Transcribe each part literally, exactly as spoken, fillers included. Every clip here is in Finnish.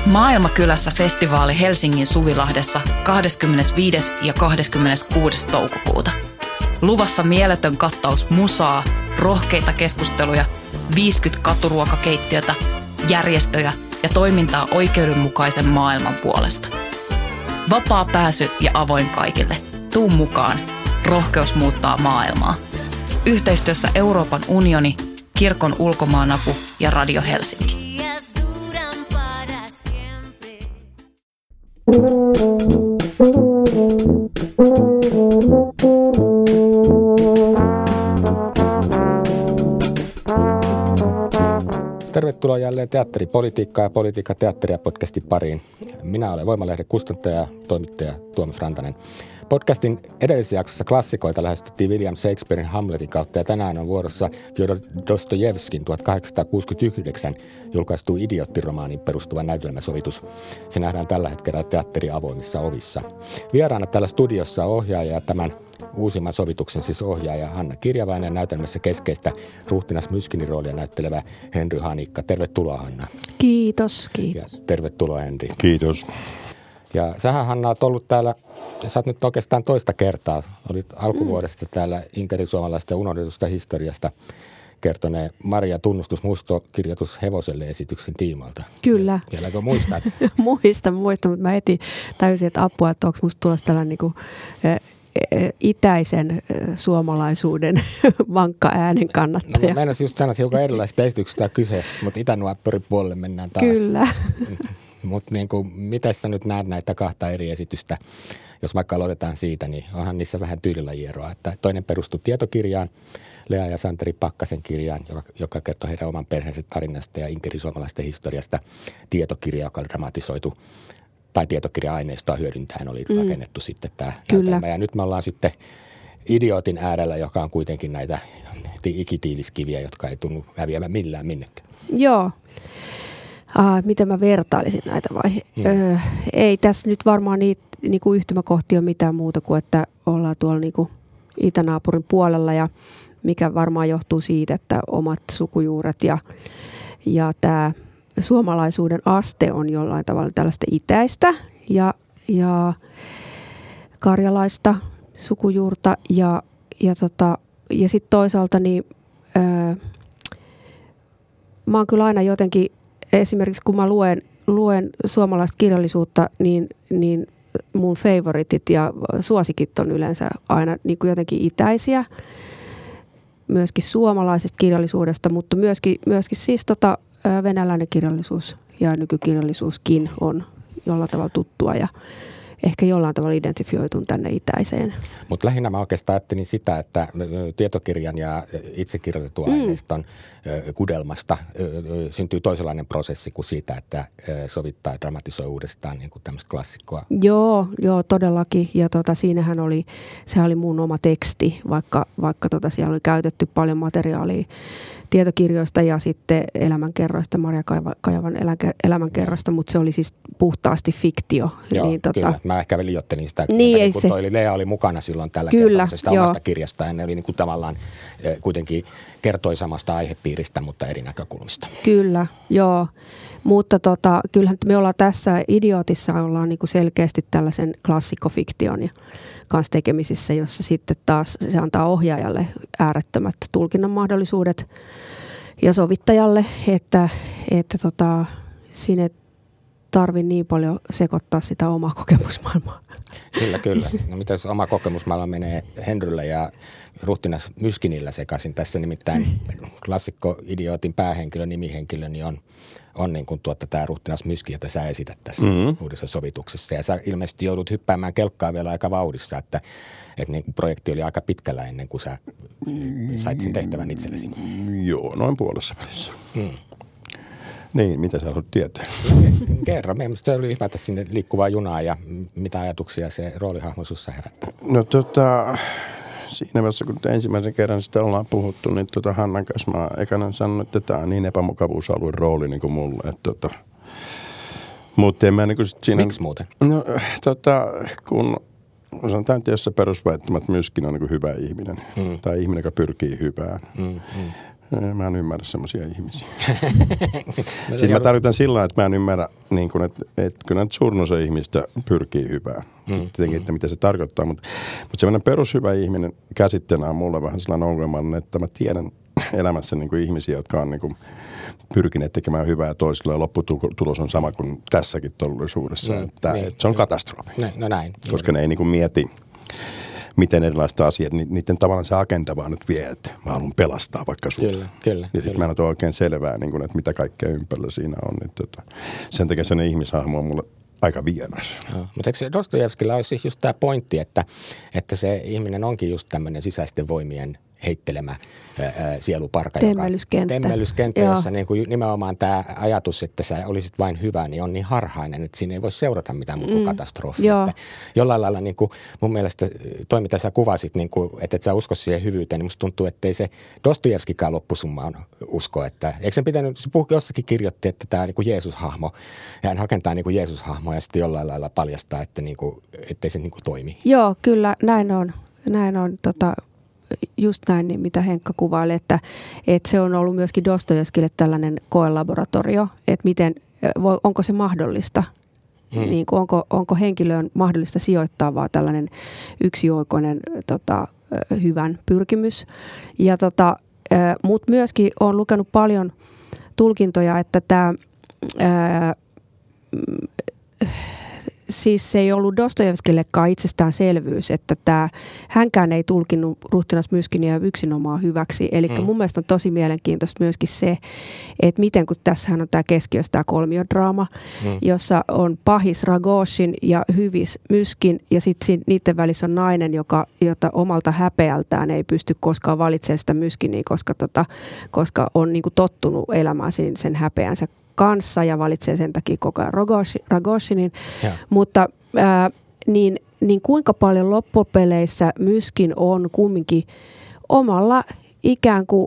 Maailmakylässä festivaali Helsingin Suvilahdessa kahdeskymmenesviides ja kahdeskymmeneskuudes toukokuuta. Luvassa mieletön kattaus musaa, rohkeita keskusteluja, viisikymmentä katuruokakeittiötä, järjestöjä ja toimintaa oikeudenmukaisen maailman puolesta. Vapaa pääsy ja avoin kaikille. Tuu mukaan. Rohkeus muuttaa maailmaa. Yhteistyössä Euroopan unioni, Kirkon ulkomaanapu ja Radio Helsinki. Tervetuloa jälleen Teatteripolitiikkaa ja Politiikka teatteria podcastin pariin. Minä olen Voimalehden kustantaja ja toimittaja Tuomas Rantanen. Podcastin edellisessä jaksossa klassikoita lähestyttiin William Shakespearen Hamletin kautta ja tänään on vuorossa Fjodor Dostojevskin tuhatkahdeksansataakuusikymmentäyhdeksän julkaistu idioottiromaaniin perustuva näytelmäsovitus. Se nähdään tällä hetkellä teatterin avoimissa ovissa. Vieraana täällä studiossa on ohjaaja ja tämän uusimman sovituksen siis ohjaaja Hanna Kirjavainen ja näytelmässä keskeistä ruhtinas Myskinin roolia näyttelevä Henry Hanikka. Tervetuloa Hanna. Kiitos, kiitos. Ja tervetuloa Henry. Kiitos. Ja sähän Hanna olet ollut täällä, sä oot nyt oikeastaan toista kertaa, olit alkuvuodesta täällä Inkeri-suomalaista unohdetusta historiasta kertoneen Maria Tunnustus Musto kirjoitus hevoselle esityksen tiimalta. Kyllä. Vieläkö muistat? muistan, muistan, mutta mä heti täysin, että apua, että onko musta tulossa tällainen niin kuin, itäisen suomalaisuuden vankka äänen kannattaja. No, mä en just sanoa, että hiukan erilaisista esityksistä on kyse, mutta itänuopparin puolelle mennään taas. Kyllä. Mutta niin miten sä nyt näet näitä kahta eri esitystä, jos vaikka aloitetaan siitä, niin onhan niissä vähän tyylilajieroa. Että toinen perustuu tietokirjaan, Lea ja Santeri Pakkasen kirjaan, joka, joka kertoo heidän oman perheensä tarinasta ja inkeri-suomalaisten historiasta. Tietokirja, joka on dramatisoitu, tai tietokirja-aineistoa hyödyntäen oli mm. rakennettu sitten tämä näytelmä. Ja nyt me ollaan sitten Idiootin äärellä, joka on kuitenkin näitä ikitiiliskiviä, jotka ei tunnu häviämään millään minnekään. Joo. Ah, miten mä vertailisin näitä vai? Hmm. Öö, ei tässä nyt varmaan niitä niinku yhtymäkohtia ole mitään muuta kuin, että ollaan tuolla niinku itänaapurin puolella ja mikä varmaan johtuu siitä, että omat sukujuuret ja, ja tämä suomalaisuuden aste on jollain tavalla tällaista itäistä ja, ja karjalaista sukujuurta ja, ja, tota, ja sitten toisaalta niin öö, mä oon kyllä aina jotenkin esimerkiksi kun mä luen, luen suomalaista kirjallisuutta, niin, niin mun favoritit ja suosikit on yleensä aina niin kuin jotenkin itäisiä, myöskin suomalaisesta kirjallisuudesta, mutta myöskin, myöskin siis tota, venäläinen kirjallisuus ja nykykirjallisuuskin on jollain tavalla tuttua ja ehkä jollain tavalla identifioitun tänne itäiseen. Mutta lähinnä mä oikeastaan ajattelin sitä, että tietokirjan ja itse kirjoitetun mm. aineiston kudelmasta syntyy toisenlainen prosessi kuin siitä, että sovittaa ja dramatisoi uudestaan niin kuin tämmöistä klassikkoa. Joo, joo, todellakin. Ja tota, siinähän oli, sehän oli mun oma teksti, vaikka, vaikka tota, siellä oli käytetty paljon materiaalia tietokirjoista ja sitten elämänkerroista, Maria Kajavan elämänkerrosta, mutta se oli siis puhtaasti fiktio. Joo, niin, tota, kyllä. Mä ehkä liioittelin sitä, niin, kun se, toi Lea oli mukana silloin tällä kertomisesta omasta kirjasta. Ja ne oli niin kuin tavallaan kuitenkin kertoi samasta aihepiiristä, mutta eri näkökulmista. Kyllä, joo. Mutta tota, kyllähän me ollaan tässä Idiootissa ollaan niin kuin selkeästi tällaisen klassikkofiktion kanssa tekemisissä, jossa sitten taas se antaa ohjaajalle äärettömät tulkinnan mahdollisuudet ja sovittajalle, että, että tota, siinä ei tarvitse niin paljon sekoittaa sitä omaa kokemusmaailmaa. Kyllä, kyllä. No mitä jos oma kokemusmaailma menee Henryllä ja ruhtinas Myskinillä sekaisin tässä, nimittäin klassikko-idiootin päähenkilö, nimihenkilö, niin on, on niin kuin tuotta tämä ruhtinas Myski, jota sä esität tässä mm-hmm. uudessa sovituksessa. Ja sä ilmeisesti joudut hyppäämään kelkkaa vielä aika vauhdissa, että, että niin kuin projekti oli aika pitkällä ennen kuin sä sait sen tehtävän itsellesi. Joo, noin puolessa välissä. Mm. Niin, mitä sä haluat tietää? Kerro, mielestäni se oli hypätä sinne liikkuvaa junaa ja mitä ajatuksia se roolihahmo sussa herättää? No tota, siinä vaiheessa kun ensimmäisen kerran sitä ollaan puhuttu, niin tota Hannan kanssa mä ekana sanonut, että tämä on niin epämukavuusalueen rooli niin kuin mulle. Että tota, mutta en mä niin kuin sit siinä... Miksi muuten? No tota, kun sanotaan, että jos se perusväittämät Myskin on niin kuin hyvä ihminen, mm. tai ihminen, joka pyrkii hyvään. Mm, mm. Mä en ymmärrä semmoisia ihmisia. Sitten mä tarkoitan sillä lailla, että mä en ymmärrä, niin kun, että, että kyllä nyt suurin osa ihmistä pyrkii hyvää. Mm, Tietenkin, että mitä se tarkoittaa, mutta, mutta semmoinen perushyvä ihminen käsitteenä on mulle vähän sellainen ongelmallinen, että mä tiedän elämässä niin kuin ihmisiä, jotka on niin kuin pyrkineet tekemään hyvää toisille ja lopputulos on sama kuin tässäkin todellisuudessa. Mm, että, niin, että se on katastrofi, no, no näin, koska juuri. Ne ei niin kuin mieti miten erilaista asiat, niin niiden tavallaan se agenda vaan nyt vie, että mä haluan pelastaa vaikka sut. Kyllä, kyllä. Ja sitten mä en ole oikein selvää, niin kun, että mitä kaikkea ympärillä siinä on. Niin tota, sen takia sellainen ihmishahmo on mulle aika vieras. No, mutta eikö se Dostojevskilla olisi siis just tämä pointti, että, että se ihminen onkin just tämmöinen sisäisten voimien heittelemä ää, sieluparka. Temmellyskenttä. Temmellyskenttä, jossa niin kuin nimenomaan tämä ajatus, että sä olisit vain hyvä, niin on niin harhainen, että siinä ei voi seurata mitään muuta kuin mm. katastrofia. Jollain lailla niin kuin mun mielestä toi, mitä sä kuvasit, niin kuin, että et sä usko siihen hyvyyteen, niin musta tuntuu, että ei se Dostojevskikaan loppusummaan usko. Että, eikö sen pitänyt, se puhukin jossakin kirjoitti, että tämä niin kuin Jeesus-hahmo, ja hän rakentaa niin kuin Jeesus-hahmoa ja sitten jollain lailla paljastaa, että niin kuin, ettei se niin kuin toimi. Joo, kyllä, näin on. Näin on, tota... just näin, niin mitä Henkka kuvaili, että, että se on ollut myöskin Dostojevskille tällainen koelaboratorio, että miten, onko se mahdollista, hmm. niin kuin onko, onko henkilöön mahdollista sijoittaa vaan tällainen yksioikoinen tota, hyvän pyrkimys. Ja tota, mutta myöskin olen lukenut paljon tulkintoja, että tämä ää, siis se ei ollut Dostojevskillekaan itsestäänselvyys, että tämä, hänkään ei tulkinnut ruhtinas Myskiniä yksinomaan hyväksi. Eli mm. mun mielestä on tosi mielenkiintoista myöskin se, että miten kun tässähän on tämä keskiössä tämä kolmiodraama, mm. jossa on pahis Rogozhin ja hyvis Myskin ja sitten niiden välissä on nainen, joka, jota omalta häpeältään ei pysty koskaan valitsemaan sitä Myskiniä, koska, tota, koska on niinku tottunut elämään sen, sen häpeänsä kanssa ja valitsee sen takia koko ajan Rogozhinin, mutta ää, niin, niin kuinka paljon loppupeleissä Myskin on kumminkin omalla ikään kuin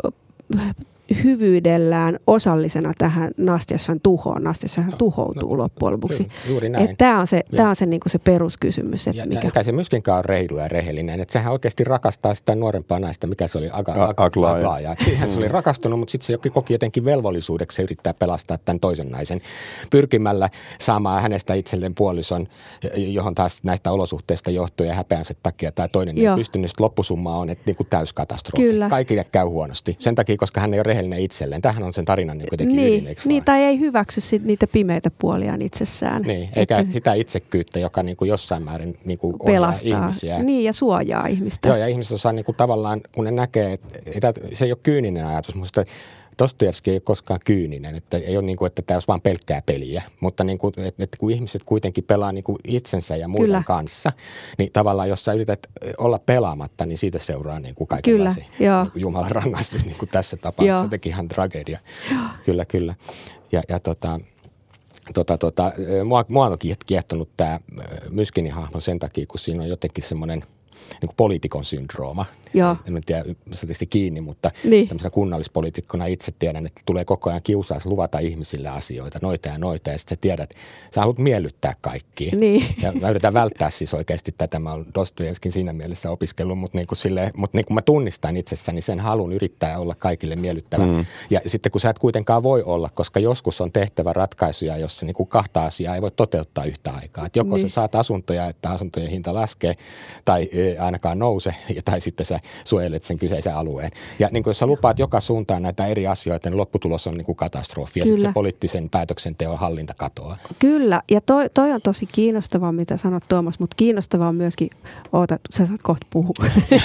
äh, hyvyydellään osallisena tähän Nastjassan tuhoon. Nastjassahan tuhoutuu no, loppujen lopuksi. Juuri näin. Tämä on se, tää on se, niinku se peruskysymys. Että ja, mikä... Eikä se Myskinkaan ole reilu ja rehellinen. Että sehän oikeasti rakastaa sitä nuorempaa naista, mikä se oli, Aga, Aglaya. Siihen se oli rakastunut, mutta sitten se koki jotenkin velvollisuudeksi se yrittää pelastaa tämän toisen naisen pyrkimällä saamaan hänestä itselleen puolison, johon taas näistä olosuhteista johtuen ja häpeänsä takia tämä toinen ei pystynyt. Loppusumma on, että niinku täyskatastrofi. Kyllä. Kaikille käy huonosti. Sen takia, koska hän ei ole rehellinen itselleen. Tämähän on sen tarinan niin kuitenkin niin, ydin, eikö niin, tai ei hyväksy sit niitä pimeitä puoliaan itsessään. Niin, eikä että sitä itsekyyttä, joka niin kuin jossain määrin niin kuin pelastaa ihmisiä. Niin, ja suojaa ihmistä. Joo, ja ihmiset osaa niin kuin tavallaan, kun ne näkee, että se ei ole kyyninen ajatus, mutta Dostojevski ei ole koskaan kyyninen, että ei ole niin kuin, että tämä olisi vain pelkkää peliä, mutta niin kuin, että, että kun ihmiset kuitenkin pelaa niin kuin itsensä ja muiden Kyllä. kanssa, niin tavallaan jos sä yrität olla pelaamatta, niin siitä seuraa niin kuin kaikenlaisia niin kuin Jumalan rangaistus, niin kuin tässä tapauksessa teki ihan tragedia. Joo. Kyllä, kyllä. Ja, ja tota, tota, tota, mua, mua on kiehtonut tämä Myskinin hahmo sen takia, kun siinä on jotenkin semmoinen niin kuin poliitikon syndrooma. Joo. En tiedä, se tietysti kiinni, mutta niin. tämmöisenä kunnallispoliitikkona itse tiedän, että tulee koko ajan kiusaus luvata ihmisille asioita, noita ja noita, ja sitten sä tiedät, että sä haluat miellyttää kaikkia. Niin. Ja mä yritän välttää siis oikeasti tätä, mä olen Dostojevskin siinä mielessä opiskellut, mutta niin kuin, silleen, mutta niin kuin mä tunnistan itsessäni sen halun yrittää olla kaikille miellyttävä. Mm. Ja sitten kun sä et kuitenkaan voi olla, koska joskus on tehtävä ratkaisuja, jossa niin kuin kahta asiaa ei voi toteuttaa yhtä aikaa. Että joko niin. sä saat asuntoja, että asuntojen hinta laskee, tai ainakaan nouse, tai sitten sä suojelet sen kyseisen alueen. Ja niin kuin jos sä lupaat joka suuntaan näitä eri asioita, niin lopputulos on niin kuin katastrofi. Ja sitten se poliittisen päätöksenteon hallinta katoaa. Kyllä, ja toi, toi on tosi kiinnostavaa, mitä sanot Tuomas, mutta kiinnostavaa on myöskin, oota, sä saat kohta puhua.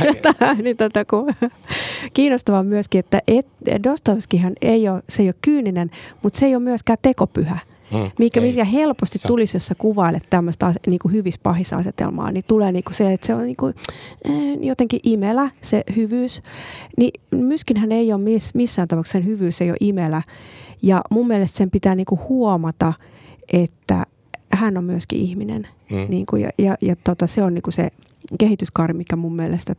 niin tota, kun, kiinnostavaa on myöskin, että et, Dostojevskihan ei ole, se ei ole kyyninen, mutta se ei ole myöskään tekopyhä. Mm, mikä, mikä helposti se tulisi, jos sä kuvailet tämmöistä niin kuin hyvis-pahis asetelmaa, niin tulee niin kuin se, että se on niin kuin, eh, jotenkin imelä, se hyvyys. Niin Myskinhän ei ole missään tapauksessa, sen hyvyys ei ole imelä. Ja mun mielestä sen pitää niin kuin huomata, että hän on myöskin ihminen. Mm. Niin kuin, ja ja, ja tota, se on niin kuin se kehityskaari, mikä mun mielestä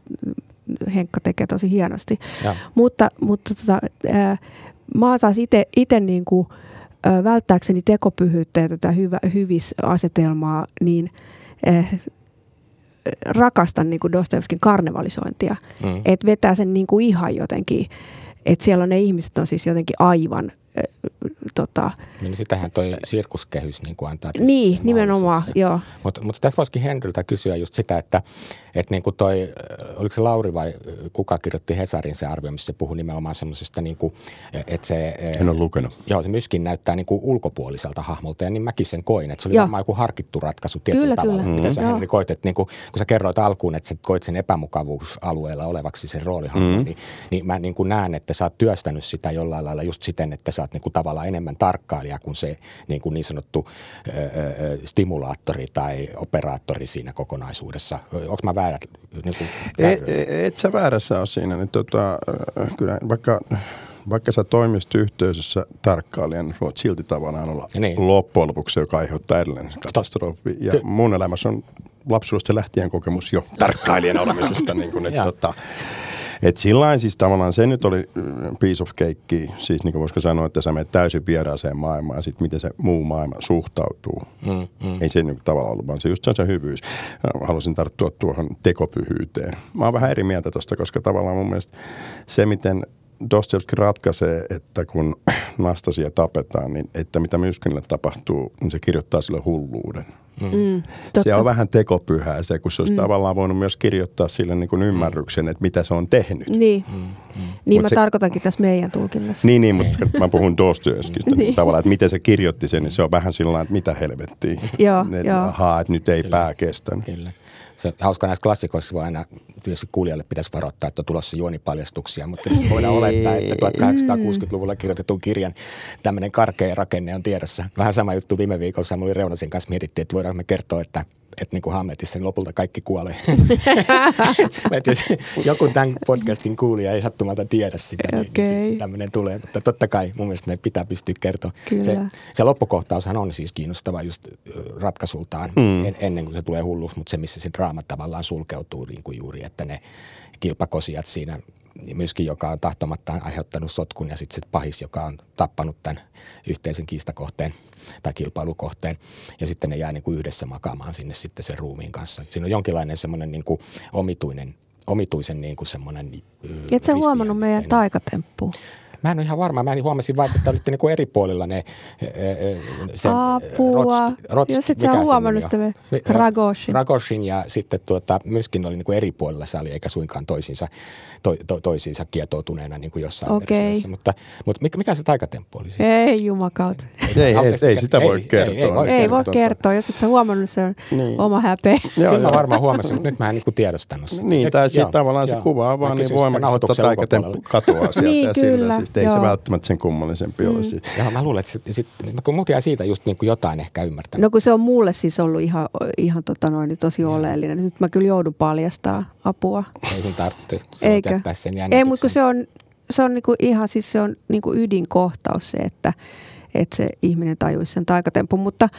Henkka tekee tosi hienosti. Ja. Mutta, mutta tota, äh, mä oon taas itse niin kuin välttääkseni tekopyhyyttä ja tätä hyvä, hyvis-asetelmaa, niin eh, rakastan niin kuin Dostojevskin karnevalisointia. Mm. Että vetää sen niin kuin ihan jotenkin että siellä on ne ihmiset on siis jotenkin aivan Tota, niin sitähän toi sirkuskehys niin kuin antaa. Niin, nimenomaan, joo. Mutta mut tässä voisikin Henryltä kysyä just sitä, että et niin kuin toi, oliko se Lauri vai kuka kirjoitti Hesarin se arvio, missä se puhui nimenomaan semmoisesta, niin kuin, että se... En ole lukenut. Joo, se myöskin näyttää niin kuin ulkopuoliselta hahmolta, ja niin mäkin sen koin, että se oli joo. varmaan joku harkittu ratkaisu tietyllä kyllä, tavalla. Kyllä. Mitä sä, Henri, koit, että niin kuin, kun sä kerroit alkuun, että sä koit sen epämukavuusalueella olevaksi sen roolihahmon, mm-hmm. niin, niin mä niin kuin näen, että sä oot työstänyt sitä jollain lailla just siten, että sä oot niin kuin tavallaan enemmän tarkkailija kuin se niin, kuin niin sanottu ö, ö, stimulaattori tai operaattori siinä kokonaisuudessa. Onko mä väärä? Niin kuin, et, et sä väärässä ole siinä. Niin tota, kyllä, vaikka, vaikka sä toimisit yhteisössä tarkkailijana, niin voit silti tavallaan olla niin. loppujen lopuksi, joka aiheuttaa edellinen katastrofi. Ja Ky- mun elämässä on lapsuudesta lähtien kokemus jo tarkkailijan olemisesta. niin kuin, että, tota, Että sillain siis tavallaan se nyt oli piece of cake, siis niin kuin voisiko sanoa, että sä menet täysin vieraaseen maailmaan ja sitten miten se muu maailma suhtautuu. Mm, mm. Ei se niin tavallaan ollut, vaan se just se on se hyvyys. Haluaisin tarttua tuohon tekopyhyyteen. Mä oon vähän eri mieltä tosta, koska tavallaan mun mielestä se, miten Dostojevski ratkaisee, että kun Nastasia tapetaan, niin että mitä Myskinille tapahtuu, niin se kirjoittaa sille hulluuden. Mm, se on vähän tekopyhää se, kun se olisi mm. tavallaan voinut myös kirjoittaa sille niin kuin ymmärryksen, että mitä se on tehnyt. Niin, mm, mm. niin mä se, tarkoitankin tässä meidän tulkinnassa. Niin, niin mutta mä puhun Dostojevskista niin. tavallaan, että miten se kirjoitti sen, niin se on vähän sillä että mitä helvettiä. Joo, että, joo. Ahaa, että nyt ei Kyllä. pää kestänyt. Kyllä. Se hauska näissä klassikoissa, voi aina tietysti kuulijalle pitäisi varoittaa, että on tulossa juonipaljastuksia, mutta voidaan olettaa, että tuhatkahdeksansataakuusikymmentäluvulla kirjoitetun kirjan tämmöinen karkea rakenne on tiedossa. Vähän sama juttu viime viikolla, Samuli oli Reunasen kanssa mietittiin, että voidaanko me kertoa, että että niin kuin Hamletissa, niin lopulta kaikki kuolee. Joku tämän podcastin kuulija ei sattumalta tiedä sitä, okay. niin tämmöinen tulee. Mutta totta kai mun mielestä ne pitää pystyä kertoa. Se, se loppukohtaushan on siis kiinnostava just ratkaisultaan mm. en, ennen kuin se tulee hulluksi, mutta se missä se draama tavallaan sulkeutuu niin kuin juuri, että ne kilpakosijat siinä, myöskin joka on tahtomattaan aiheuttanut sotkun ja sitten se pahis, joka on tappanut tämän yhteisen kiistakohteen tai kilpailukohteen ja sitten ne jää niin kuin yhdessä makaamaan sinne sitten sen ruumiin kanssa. Siinä on jonkinlainen semmoinen niin kuin omituinen, omituisen niin kuin semmoinen et sä huomannut meidän taikatemppuun? Mä en ole ihan varma. Mä huomasin vain, että olitte niinku eri puolilla ne sen Apua. Rotski, jos et sä huomannut sitä Ragoshin. Ragoshin ja sitten tuota, myöskin oli niinku eri puolilla sali, eikä suinkaan toisiinsa, to, to, toisiinsa kietoutuneena niin kuin jossain okay. versiossa. Mutta, mutta mikä, mikä se taikatemppu oli? Siis? Ei jumakautta. Ei, ei, ei, ei sitä voi ei, kertoa. Ei, ei, voi, ei voi kertoa. Jos et sä huomannut, se on niin. Oma häpeä. Kyllä mä varmaan huomasin, mutta nyt mä en niinku tiedostanut sitä. Niin, tai siitä tavallaan se kuva on vaan niin voimakasta, että taikatemppu katoaa sieltä ja sillä. Ei joo. se välttämättä sen kummallisempi mm. ole. Joo, mä luulen, että sit, sit, kun multa jäi siitä just niin kuin jotain ehkä ymmärtänyt. No kun se on mulle siis ollut ihan, ihan tota noin, tosi ja. oleellinen. Nyt mä kyllä joudun paljastaa apua. Ei sen tarvitse. Eikö? Sen ei, mutta kun se on, se on niinku ihan siis se on niinku ydinkohtaus se, että, että se ihminen tajuisi sen taikatempun, mutta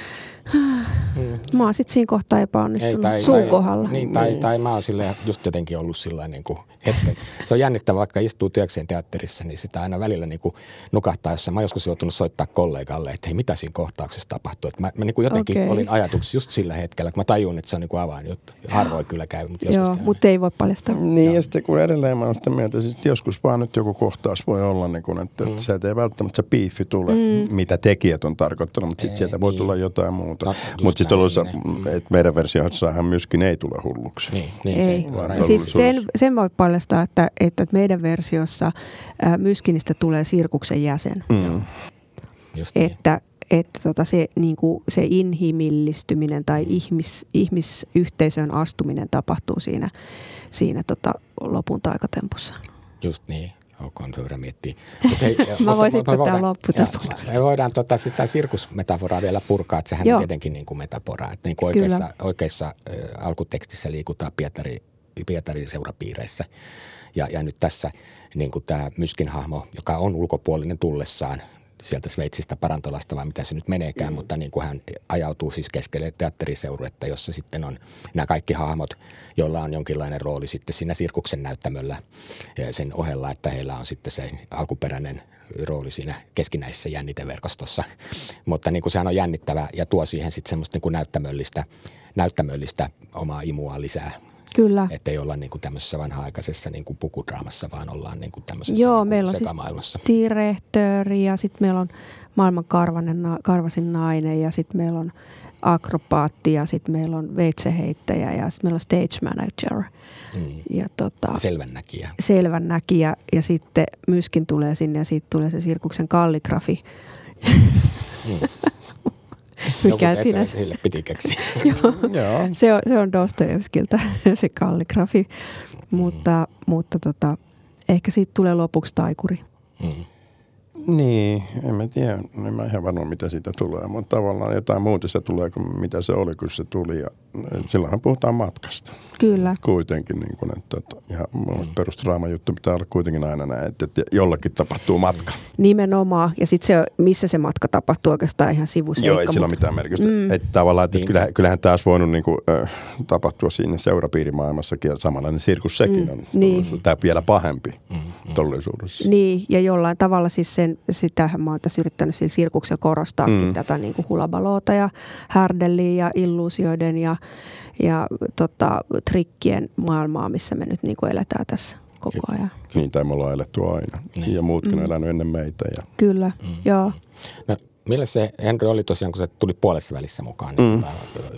Hmm. mä oon sitten siinä kohtaa epäonnistunut Ei, tai, suun tai, kohdalla. Niin, tai, tai mä oon silleen, just jotenkin ollut sillä niin kuin hetken. Se on jännittävä, vaikka istuu työkseen teatterissa, niin sitä aina välillä niin kuin nukahtaa, jossa mä oon joskus joutunut soittaa kollegalle, että hei, mitä siinä kohtauksessa tapahtuu. Että mä, mä niin kuin jotenkin okay. olin ajatuksessa just sillä hetkellä, että mä tajun, että se on niin kuin avainjuttu. Harvoin kyllä käy, mutta joskus Joo, mutta ei voi paljastaa. Niin, Joo. ja sitten kun edelleen mä oon sitä mieltä, siis joskus vaan nyt joku kohtaus voi olla, niin kuin, että mm. sieltä ei välttämättä se piiffi tule, mm. mitä tekijät on tarkoittanut, mutta sitten sieltä voi niin. tulla jotain muuta. No, mutta sitten tuossa, että meidän versioissahan myöskin ei tule hulluksi. Niin, niin ei. Se siis sen, sen voi paljastaa, että, että meidän versiossa ä, Myskinistä tulee sirkuksen jäsen. Mm. Just niin. Että, että tota se, niin kuin se inhimillistyminen tai ihmis, ihmisyhteisön astuminen tapahtuu siinä, siinä tota lopun taikatempussa. Just niin. Ok, hyvä miettiä. Hei, mä voisin ottaa lopputempusta. Me voidaan tota, sitä sirkusmetaforaa vielä purkaa, että sehän Joo. on tietenkin niin kuin metafora. Että niin kuin oikeassa, oikeassa äh, alkutekstissä liikutaan Pietari, Pietarin seurapiireissä. Ja, ja nyt tässä niin kuin tämä Myskin hahmo, joka on ulkopuolinen tullessaan sieltä Sveitsistä Parantolasta vai mitä se nyt meneekään, mm. mutta niin kuin hän ajautuu siis keskelle teatteriseuruetta, jossa sitten on nämä kaikki hahmot, joilla on jonkinlainen rooli sitten siinä sirkuksen näyttämöllä sen ohella, että heillä on sitten se alkuperäinen rooli siinä keskinäisessä jänniteverkostossa. Mutta niin kuin sehän on jännittävä ja tuo siihen sitten semmoista niin kuin näyttämöllistä, näyttämöllistä omaa imua lisää. Kyllä. Että ei olla niin kuin tämmöisessä vanha-aikaisessa niin kuin pukudraamassa, vaan ollaan niin kuin tämmöisessä Joo, niin meillä on sekamaailmassa. siis Direhtööri ja sitten meillä on maailman karvanen, karvasin nainen ja sitten meillä on akrobaatti ja sitten meillä on veitseheittäjä ja sitten meillä on stage manager. Mm. Ja tota, Selvännäkijä. Selvännäkijä ja sitten myöskin tulee sinne ja siitä tulee se sirkuksen kalligrafi. Mm. Mikä Joku siinä? Sille piti keksiä. Joo, Joo. se on, se on Dostojevskilta se kalligrafi, mutta, mutta tota, ehkä siitä tulee lopuksi taikuri. Mm. Niin, en mä tiedä. En mä ihan varma, mitä siitä tulee, mutta tavallaan jotain muuta se tulee kuin mitä se oli, kun se tuli. Ja silloinhan puhutaan matkasta. Kyllä. Kuitenkin, niin kuin, että, että ihan mm. perusdraaman juttu pitää olla kuitenkin aina näin, että, että jollakin tapahtuu matka. Nimenomaan. Ja sitten se, missä se matka tapahtuu oikeastaan ihan sivuseikka. Joo, ei sillä ole mitään merkitystä. Mm. Että tavallaan, että kyllähän, kyllähän tämä olisi voinut niin kuin, äh, tapahtua siinä seurapiirimaailmassakin ja samanlainen sirkus sekin mm. on. Niin. Tämä vielä pahempi mm. todellisuudessa. Niin, ja jollain tavalla siis sen, sitähän mä oon tässä yrittänyt sillä sirkuksella korostaakin mm. tätä niin kuin hulabaloota ja härdelliä ja illuusioiden ja, ja tota, trikkien maailmaa, missä me nyt niin kuin eletään tässä koko ajan. Niin, tai me ollaan eletty aina. Niin. Ja muutkin mm. on elänyt ennen meitä. Ja... Kyllä, mm. joo. No, millä se Henry oli tosiaan, kun se tuli puolessa välissä mukaan, niin, mm. tota,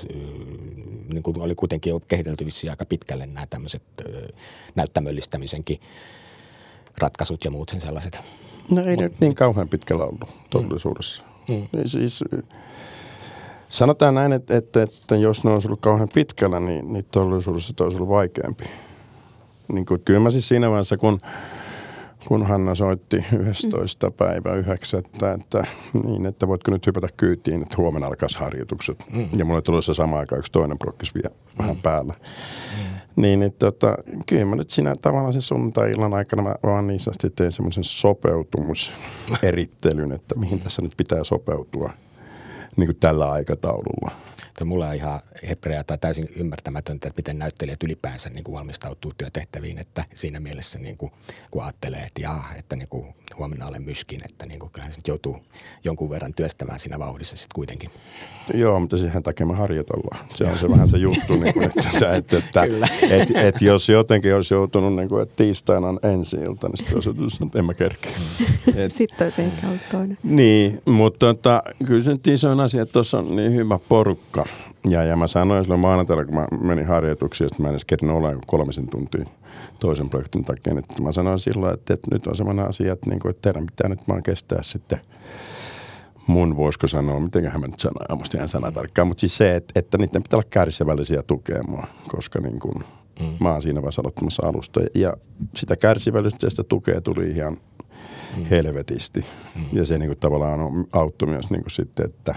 niin kuin oli kuitenkin jo kehitelty vissiin aika pitkälle nämä tämmöiset näyttämöllistämisenkin ratkaisut ja muut sen sellaiset. No ei nyt niin kauhean pitkällä ollut todellisuudessa. Mm. Siis, sanotaan näin, että, että, että jos ne olisi ollut kauhean pitkällä, niin, niin todellisuudessa olisi ollut vaikeampi. Niin kuin, kyllä mä siis siinä vaiheessa, kun, kun Hanna soitti yhdestoista Mm. päivä yhdeksättä, että, niin, että voitko nyt hypätä kyytiin, että huomenna alkaisi harjoitukset. Mm. Ja mulle tuli se sama aika, yksi toinen prokkis vielä mm. vähän päällä. Mm. Niin, niin tota, kyllä mä nyt siinä tavallaan sen sunnuntai-illan aikana mä vaan niin sanotusti tein semmoisen sopeutumiserittelyn, että mihin tässä nyt pitää sopeutua niin kuin tällä aikataululla. Tämä mulla on ihan hebreaa tai täysin ymmärtämätöntä, että miten näyttelijät ylipäänsä niin kuin valmistautuu työtehtäviin, että siinä mielessä niin kuin, kun ajattelee, että jaa, että niin kuin huomenna olen myskin, että niin kuin, kyllähän se joutuu jonkun verran työstämään siinä vauhdissa sitten kuitenkin. Joo, mutta siihen takia me harjoitellaan. Se on se vähän se juttu, niin kuin, että, että, että, että, että, että jos jotenkin olisi joutunut, niin kuin, että tiistaina on ensi ilta, niin sitten olisi joutunut, että en mä kerkeä. Sitten olisi ehkä ollut toinen. Niin, mutta tota, kyllä se isoin asia, että tuossa on niin hyvä porukka. Ja, ja mä sanoin silloin maanantaina, kun mä menin harjoituksiin, että mä en edes kerran olla kolmisen tuntia toisen projektin takia. Että mä sanoin silloin, että, että nyt on sellainen asia, että, niin kuin, että teidän pitää nyt vaan kestää sitten mun, voisiko sanoa, mitenköhän mä nyt sanoin, en musta ihan sana tarkkaan, mutta siis se, että, että niiden pitää olla kärsivällisiä tukea mua, koska niin kuin, mm. mä oon siinä vaiheessa aloittamassa alusta. Ja sitä kärsivällisyyttä ja sitä tukea tuli ihan mm. helvetisti. Mm. Ja se niin kuin, tavallaan on auttoi myös niin kuin, sitten, että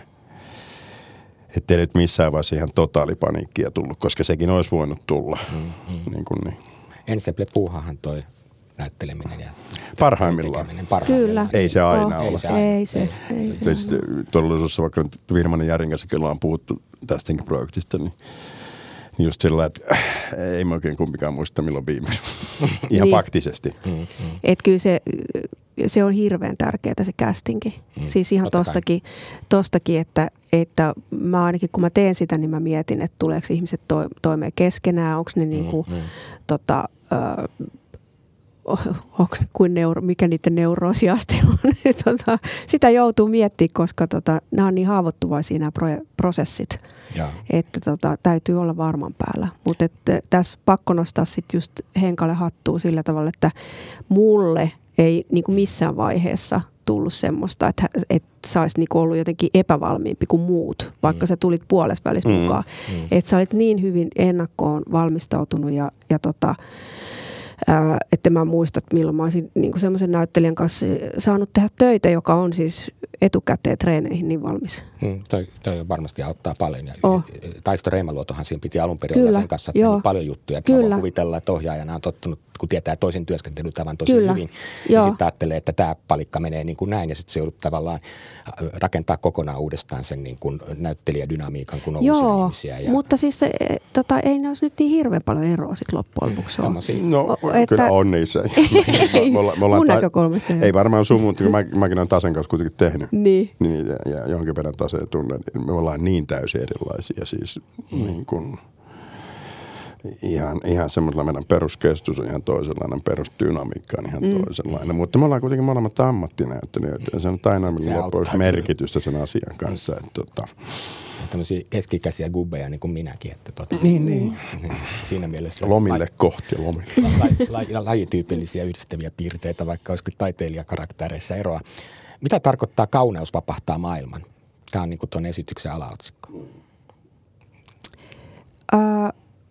ettei nyt missään vaiheessa ihan totaalipaniikkia tullut, koska sekin olisi voinut tulla. Mm, mm. Niin kuin niin. Ensemble puuhahan toi näytteleminen ja parhaimmillaan. Kyllä. Ei se aina oh, ole. Ei se aina. Ei se, ei se, ei se todellisuudessa vaikka nyt Virmanen Järin kanssa, kello on puhuttu tästäkin projektista, niin, niin just sillä, että ei me oikein kumpikaan muista milloin viimeksi. Ihan niin. Faktisesti. Mm, mm. Että kyllä se, se on hirveän tärkeää se castingin. Mm. Siis ihan tostakin, tostakin että, että mä ainakin kun mä teen sitä, niin mä mietin, että tuleeko ihmiset to, toimeen keskenään, onko ne niinku, mm, mm. tota... Ö, onko kuin neuro, mikä niiden neuroosiasti on. tota, sitä joutuu miettimään, koska tota, nämä on niin haavoittuvaisia nämä pro, prosessit, ja. että tota, täytyy olla varman päällä. Mutta tässä pakko nostaa sitten just Henkalle hattua sillä tavalla, että mulle ei niin kuin missään vaiheessa tullut semmoista, että, että sä olisit niin kuin ollut jotenkin epävalmiimpi kuin muut, vaikka mm. sä tulit puolessa välissä mm. mukaan. Mm. Että sä olit niin hyvin ennakkoon valmistautunut ja, ja tota, Ää, että mä muistan, että milloin mä olisin niin semmoisen näyttelijän kanssa saanut tehdä töitä, joka on siis etukäteen treeneihin niin valmis. Hmm, toi, toi varmasti auttaa paljon. Ja oh. Taisto Reimaluotohan siinä piti alun perin olla sen kanssa paljon juttuja. Että mä voin kuvitella, että ohjaajana on tottunut, kun tietää toisen työskentelytavan tosi Kyllä. hyvin, niin sitten ajattelee, että tämä palikka menee niin kuin näin. Ja sitten se joudut tavallaan rakentaa kokonaan uudestaan sen niin kuin näyttelijädynamiikan, kun on uusia ihmisiä. Ja... mutta siis tota, ei ne olisi nyt niin hirveän paljon eroa sitten loppujen lopuksi. No o, että... kyllä on niissä. ei, me olla, me mun ta- näkökulmasta. Ei varmaan sun, mutta mä, mäkin olen Tasen kanssa kuitenkin tehnyt. Niin. niin ja, ja jonkin verran Taseen tunnen. Niin me ollaan niin täysin erilaisia siis. Mm. Niin kuin, ihan, ihan semmoisella meidän peruskestus on ihan toisenlainen, perusdynamiikka on ihan mm. toisenlainen. Mutta me ollaan kuitenkin molemmat ammattinäyttelijöitä ja se on aina loppujen merkitystä sen asian kanssa. Että, tota. Tämmöisiä keskikäisiä gubbeja niin kuin minäkin. Että, tota, niin, niin. Siinä mielessä. Lomille lai, kohti ja lomille. Lai, lai, lajityypillisiä yhdistäviä piirteitä, vaikka olisikin taiteilijakaraktereissa eroa. Mitä tarkoittaa kauneus vapahtaa maailman? Tämä on niin kuin tuon esityksen alaotsikko. Uh,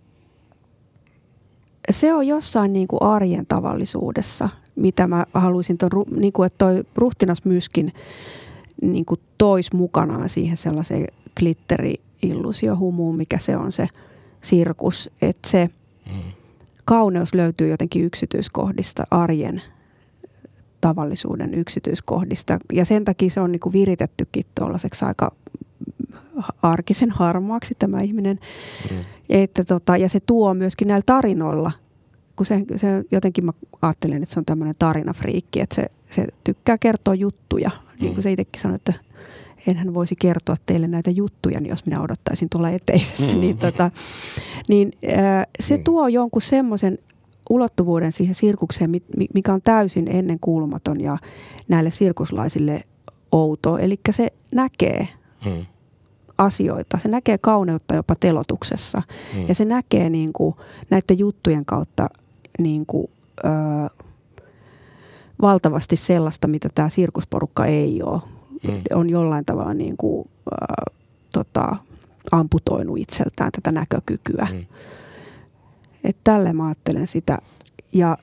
se on jossain niin kuin arjen tavallisuudessa, mitä mä haluaisin, ton, niin kuin, että toi Ruhtinas Myskin niin kuin tois mukanaan siihen sellaiseen glitteri-illuusiohumuun, mikä se on se sirkus. Että se mm. kauneus löytyy jotenkin yksityiskohdista, arjen tavallisuuden yksityiskohdista. Ja sen takia se on niin kuin viritettykin tuollaiseksi aika arkisen harmaaksi tämä ihminen. Mm. Että tota, ja se tuo myöskin näillä tarinoilla, kun se, se jotenkin mä ajattelen, että se on tämmöinen tarinafriikki, että se, se tykkää kertoa juttuja. Mm. Niin kuin se itsekin sanoi, että enhän voisi kertoa teille näitä juttuja, niin jos minä odottaisin tuolla eteisessä. Mm. Niin, tota, niin äh, se mm. tuo jonkun semmoisen ulottuvuuden siihen sirkukseen, mikä on täysin ennenkuulumaton ja näille sirkuslaisille outo. Eli se näkee mm. asioita, se näkee kauneutta jopa telotuksessa mm. ja se näkee niin kuin, näiden juttujen kautta niin kuin, ö, valtavasti sellaista, mitä tämä sirkusporukka ei ole. Mm. On jollain tavalla niin kuin, ö, tota, amputoinut itseltään tätä näkökykyä. Mm. Että tälle mä ajattelen sitä. Ja,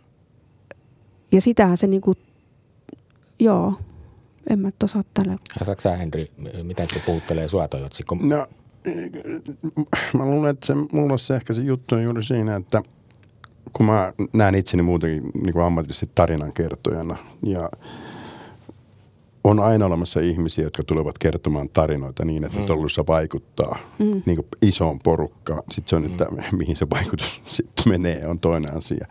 ja sitähän se niinku, joo, en mä nyt osaa tälle. Saatko sä, Henri, miten se puhuttelee sua toi otsikko? No, mä luulen, että se, mulla se ehkä se juttu on juuri siinä, että kun mä näen itseni muutenkin niin kuin ammatillisesti tarinankertojana ja on aina olemassa ihmisiä, jotka tulevat kertomaan tarinoita niin, että mm. ne todellisuudessa vaikuttaa mm. niin kuin isoon porukkaan. Sitten se on, että mm. mihin se vaikutus sitten menee, on toinen asia.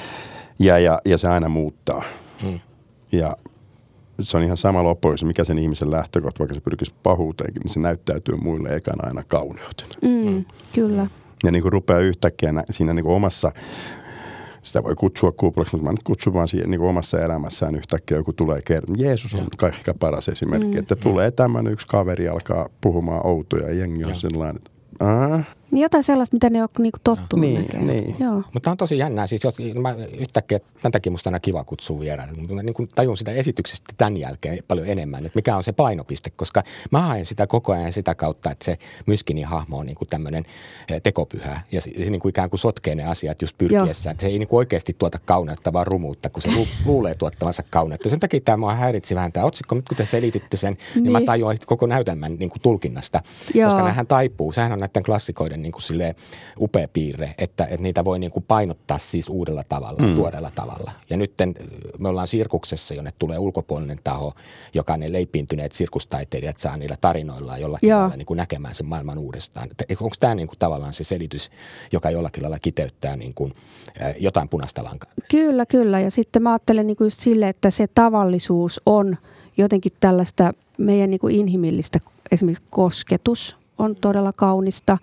Ja, ja, ja se aina muuttaa. Mm. Ja se on ihan sama loppujen, mikä sen ihmisen lähtökohta, vaikka se pyrkisi pahuuteenkin, niin se näyttäytyy muille ekana aina kauneutena. Mm, mm. Kyllä. Ja niin kuin rupeaa yhtäkkiä siinä niin kuin omassa, sitä voi kutsua kuupulaksi, mutta mä nyt kutsun vaan siihen niin kuin omassa elämässään yhtäkkiä joku tulee kertomaan. Jeesus on mm. ehkä paras esimerkki, mm. että tulee tämmöinen yksi kaveri alkaa puhumaan outoja ja jengi on sellainen, että aah. Jotain sellaista, mitä ne on niinku tottunut niin, näkemään. Niin. Joo. Mutta on tosi jännää. Siis jos, mä yhtäkkiä, tämän takia musta on aina kiva kutsua vieraille. Mä niin kuin tajun sitä esityksestä tämän jälkeen paljon enemmän, että mikä on se painopiste, koska mä haen sitä koko ajan sitä kautta, että se Myskinin hahmo on niin kuin tämmöinen tekopyhä ja se, se niin kuin ikään kuin sotkee ne asiat just pyrkiessä. Että se ei niin kuin oikeasti tuota kauneutta, vaan rumuutta, kun se lu- luulee tuottavansa kauneutta. Sen takia tämä mua häiritsi vähän tämä otsikko, mutta kun te selititte sen, niin, niin mä tajuan koko näytelmän niin kuin tulkinnasta, Joo. koska nämähän taipuu. Sehän on näiden klassikoiden niin kuin silleen upea piirre, että, että niitä voi niin kuin painottaa siis uudella tavalla, mm. tuoreella tavalla. Ja nyt me ollaan sirkuksessa, jonne tulee ulkopuolinen taho, joka ne leipiintyneet sirkustaiteilijat saa niillä tarinoillaan jollakin lailla niin kuin näkemään sen maailman uudestaan. Onko tämä niin kuin tavallaan se selitys, joka jollakin lailla kiteyttää niin kuin jotain punaista lankaa? Kyllä, kyllä. Ja sitten mä ajattelen niin kuin just sille, että se tavallisuus on jotenkin tällaista meidän niin kuin inhimillistä, esimerkiksi kosketus on todella kaunista.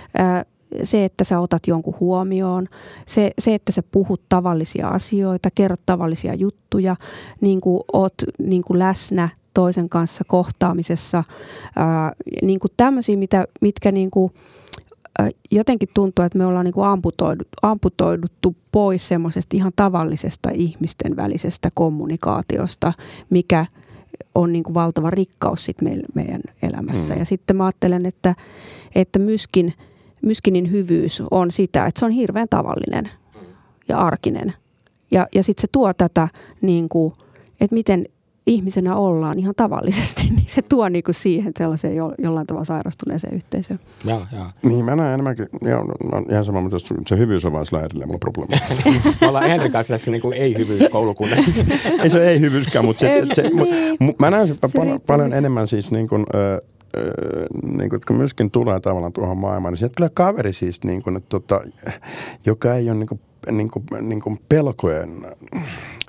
Se, että sä otat jonkun huomioon, se, se että sä puhut tavallisia asioita, kerrot tavallisia juttuja, niin kuin oot niin kuin läsnä toisen kanssa kohtaamisessa. Ää, niin kuin tämmöisiä, mitä, mitkä niin kuin, ää, jotenkin tuntuu, että me ollaan niin kuin amputoidut, amputoiduttu pois semmoisesta ihan tavallisesta ihmisten välisestä kommunikaatiosta, mikä on niin kuin valtava rikkaus sit meidän, meidän elämässä. Mm. Ja sitten mä ajattelen, että, että Myskin, Myskinin hyvyys on sitä, että se on hirveän tavallinen ja arkinen. Ja, ja sitten se tuo tätä, niin kuin, että miten ihmisenä ollaan ihan tavallisesti, niin se tuo niin kuin siihen sellaiseen jo, jollain tavalla sairastuneeseen yhteisöön. Joo, joo. Niin, mä näen enemmänkin, joo, no, ihan sama, mutta se hyvyys on vaan sillä edelleen, mulla on probleema. Me ollaan Henrin kanssa tässä niin kuin ei-hyvyyskoulukunnassa. Ei se ei hyvyyskään, mutta se, se, niin. mä näen se, se paljon, paljon enemmän siis niin kuin, ö, ö, niin kuin, kun Myskin tulee tavallaan tuohon maailmaan, niin sieltä tulee kaveri siis, niin kuin, että, tota, joka ei ole niin kuin, niin kuin, niin kuin pelkojen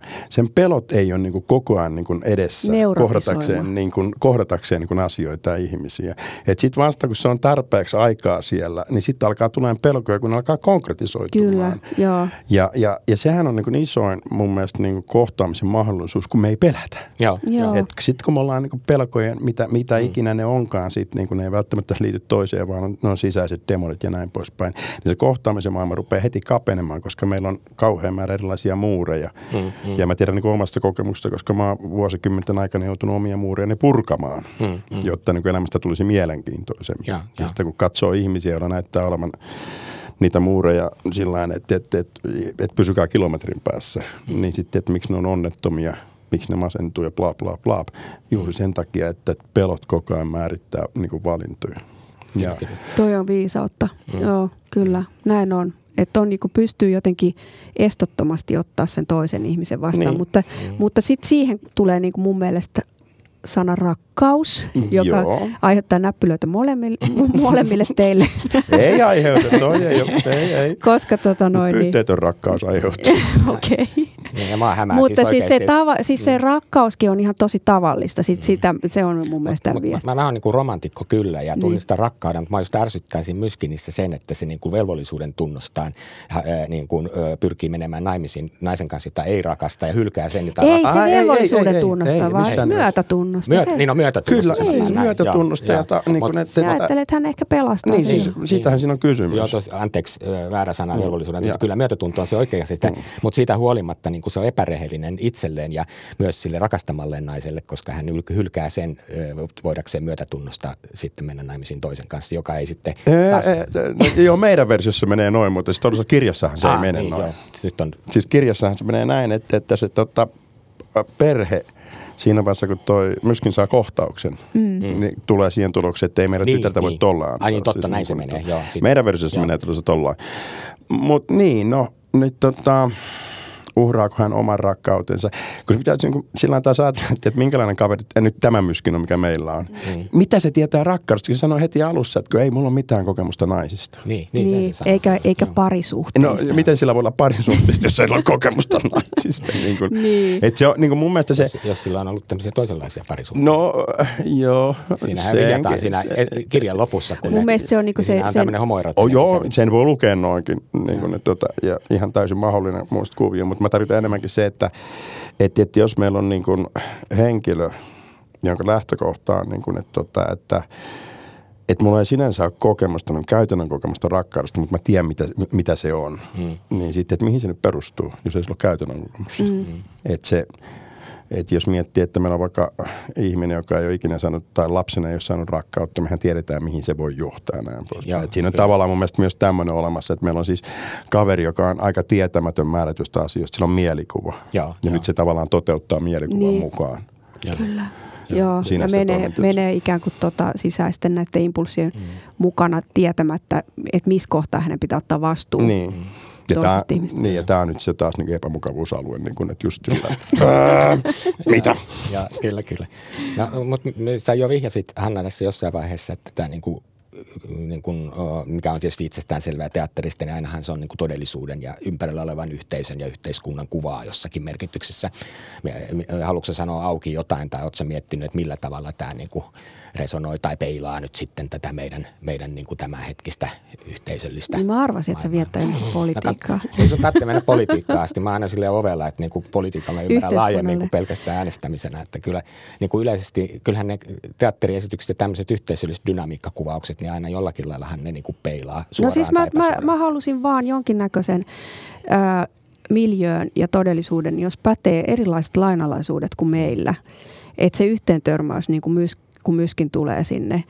sen pelot ei ole niin kuin koko ajan niin kuin edessä kohdatakseen, niin kuin, kohdatakseen niin kuin asioita ja ihmisiä. Sitten vasta kun se on tarpeeksi aikaa siellä, niin sitten alkaa tulemaan pelkoja, kun ne alkaa konkretisoitumaan. Kyllä, joo. Ja, ja, ja sehän on niin kuin isoin mun mielestä niin kuin kohtaamisen mahdollisuus, kun me ei pelätä. Joo, joo. Sitten kun me ollaan niin kuin pelkoja, mitä, mitä mm. ikinä ne onkaan, sit, niin kuin ne ei välttämättä liity toiseen, vaan ne on sisäiset demonit ja näin poispäin, niin se kohtaamisen maailma rupeaa heti kapenemaan, koska meillä on kauhean määrä erilaisia muureja. Mm, mm. Ja mä tiedän niin kuin omasta kokemusta, koska mä oon vuosikymmenten aikana joutunut omia muureja purkamaan, mm, mm. jotta niin kuin elämästä tulisi mielenkiintoisempi. Ja, ja sitten kun katsoo ihmisiä, joilla näyttää olevan niitä muureja sillä että et, et, et, et pysykää kilometrin päässä, mm. niin sitten, että miksi ne on onnettomia, miksi ne masentuu ja bla bla bla. Juuri sen takia, että pelot koko ajan määrittää niin kuin valintoja. Ja. Toi on viisautta. Mm. Joo, kyllä. Näin on. Että on, niin kuin pystyy jotenkin estottomasti ottaa sen toisen ihmisen vastaan. Niin. Mutta, mm. mutta sitten siihen tulee niin kuin mun mielestä sana rakkaus, joka Joo. aiheuttaa näppylöitä molemmille, molemmille teille. Ei aiheuta, toi ei ole, ei, ei. Koska tota noin... Pyyteetön rakkaus aiheuttaa. Okei. Okay. Niin, ja mä hämään Mutta siis, siis, se, tava, siis se rakkauskin on ihan tosi tavallista. Sit mm. sitä, se on mun mielestä mut, viesti. Mä, mä oon niinku romantikko kyllä ja tunnistan niin. rakkauden, mutta mä just ärsyttäisin Myskinissä sen, että se niinku velvollisuuden tunnustaan äh, niinku, äh, pyrkii menemään naimisiin naisen kanssa, jota ei rakasta ja hylkää sen, jota ei rakastaa. Se velvollisuuden tunnustaa, vaan myötätunnusta. Myöt, niin on myötätunnusta. Kyllä, siis myötätunnusta. Ja, ja, niin mutta sä ajattelet, että hän ehkä pelastaa. Niin, siis siitähän siinä on kysymys. Joo, tos, anteeksi, väärä sana velvollisuuden. Ja. Kyllä myötätunto on se oikea, mm. mutta siitä huolimatta niin se on epärehellinen itselleen ja myös sille rakastamalleen naiselle, koska hän hylkää sen voidakseen myötätunnosta sitten mennä naimisiin toisen kanssa, joka ei sitten... Taas... E, e, no, joo, meidän versiossa menee noin, mutta siis todellisessa kirjassahan se ah, ei mene niin, noin. On... Siis kirjassahan se menee näin, että, että se tota, perhe... Siinä vaiheessa, kun toi Myskin saa kohtauksen, mm. niin tulee siihen tulokseen, että ei meidän niin, tytärtä niin. voi tollaan. Ai niin, totta, siis näin se menee. Joo, meidän versiossa menee tuossa tollaan. Mutta niin, no nyt tota... uhraako hän oman rakkautensa. Kun pitäisi niin sillä taas ajatella, että minkälainen kaveri, ja nyt tämä Myskin on, mikä meillä on. Mm. Mitä se tietää rakkaudesta? Kun se sanoi heti alussa, että ei mulla ole mitään kokemusta naisista. Niin, niin, niin se eikä, eikä parisuhteista. No miten sillä voi olla parisuhteista, jos ei ole kokemusta naisista? Niin kuin, niin. Et se on, niin kuin mun mielestä se... Jos, jos sillä on ollut tämmöisiä toisenlaisia parisuhteita. No, joo. Siinähän vijataan siinä se, kirjan lopussa, kun mun ne, mielestä se on, niin kuin se, on tämmöinen homoerot. Oh, joo, sen voi lukea noinkin. Niin kuin, tota, ja ihan täysin mahdollinen muista kuvia, mutta mä tarvitaan enemmänkin se, että, että, että jos meillä on niin kuin henkilö, jonka lähtökohta on, niin kuin, että, että, että, että mulla ei sinänsä ole kokemusta, no käytännön kokemusta rakkaudesta, mutta mä tiedän, mitä, mitä se on. Mm. Niin sitten, että mihin se nyt perustuu, jos ei se ole käytännön kokemusta. Mm. Että se... Että jos miettii, että meillä on vaikka ihminen, joka ei ole ikinä saanut, tai lapsena ei ole saanut rakkautta, mehän tiedetään, mihin se voi johtaa näin pois. Joo, siinä on kyllä. tavallaan mun mielestä myös tämmöinen olemassa, että meillä on siis kaveri, joka on aika tietämätön määrätystä asioista. Sillä on mielikuva. Joo, ja jo. nyt se tavallaan toteuttaa mielikuvan niin. mukaan. Joo. Kyllä. Joo, ja menee, menee ikään kuin tota sisäisten näiden impulssien mm. mukana tietämättä, että missä kohtaa hänen pitää ottaa vastuun. Niin. Mm. Ja tämä, niin, ja tämä on nyt se taas niin epämukavuusalue, niin kuin, että just sillä, ää, mitä? Ja, kyllä, kyllä. No, mutta sä jo vihjasit, Hanna, tässä jossain vaiheessa, että tämä niin kuin, niin kuin, mikä on tietysti itsestään selvää teatterista, niin ainahan se on niin kuin todellisuuden ja ympärillä olevan yhteisön ja yhteiskunnan kuvaa jossakin merkityksessä. Haluatko sä sanoa auki jotain tai ootko sä miettinyt, että millä tavalla tämä niin kuin resonoi tai peilaa nyt sitten tätä meidän, meidän niin kuin tämänhetkistä yhteisöllistä. Niin mä arvasin, että sä viettää politiikkaa. No, ei sun tarvitse mennä politiikkaan asti. Mä aina silleen ovella, että niin kuin politiikka mä ymmärrän laajemmin kuin pelkästään äänestämisenä. Että kyllä niin kuin yleisesti, kyllähän ne teatteriesitykset ja tämmöiset yhteisölliset dynamiikkakuvaukset, niin aina jollakin laillahan ne niin kuin peilaa suoraan. No siis mä, mä, mä halusin vaan jonkinnäköisen äh, miljöön ja todellisuuden, jos pätee erilaiset lainalaisuudet kuin meillä. Että se yhteen törmäys niin kuin myös kun Myskin tulee sinne,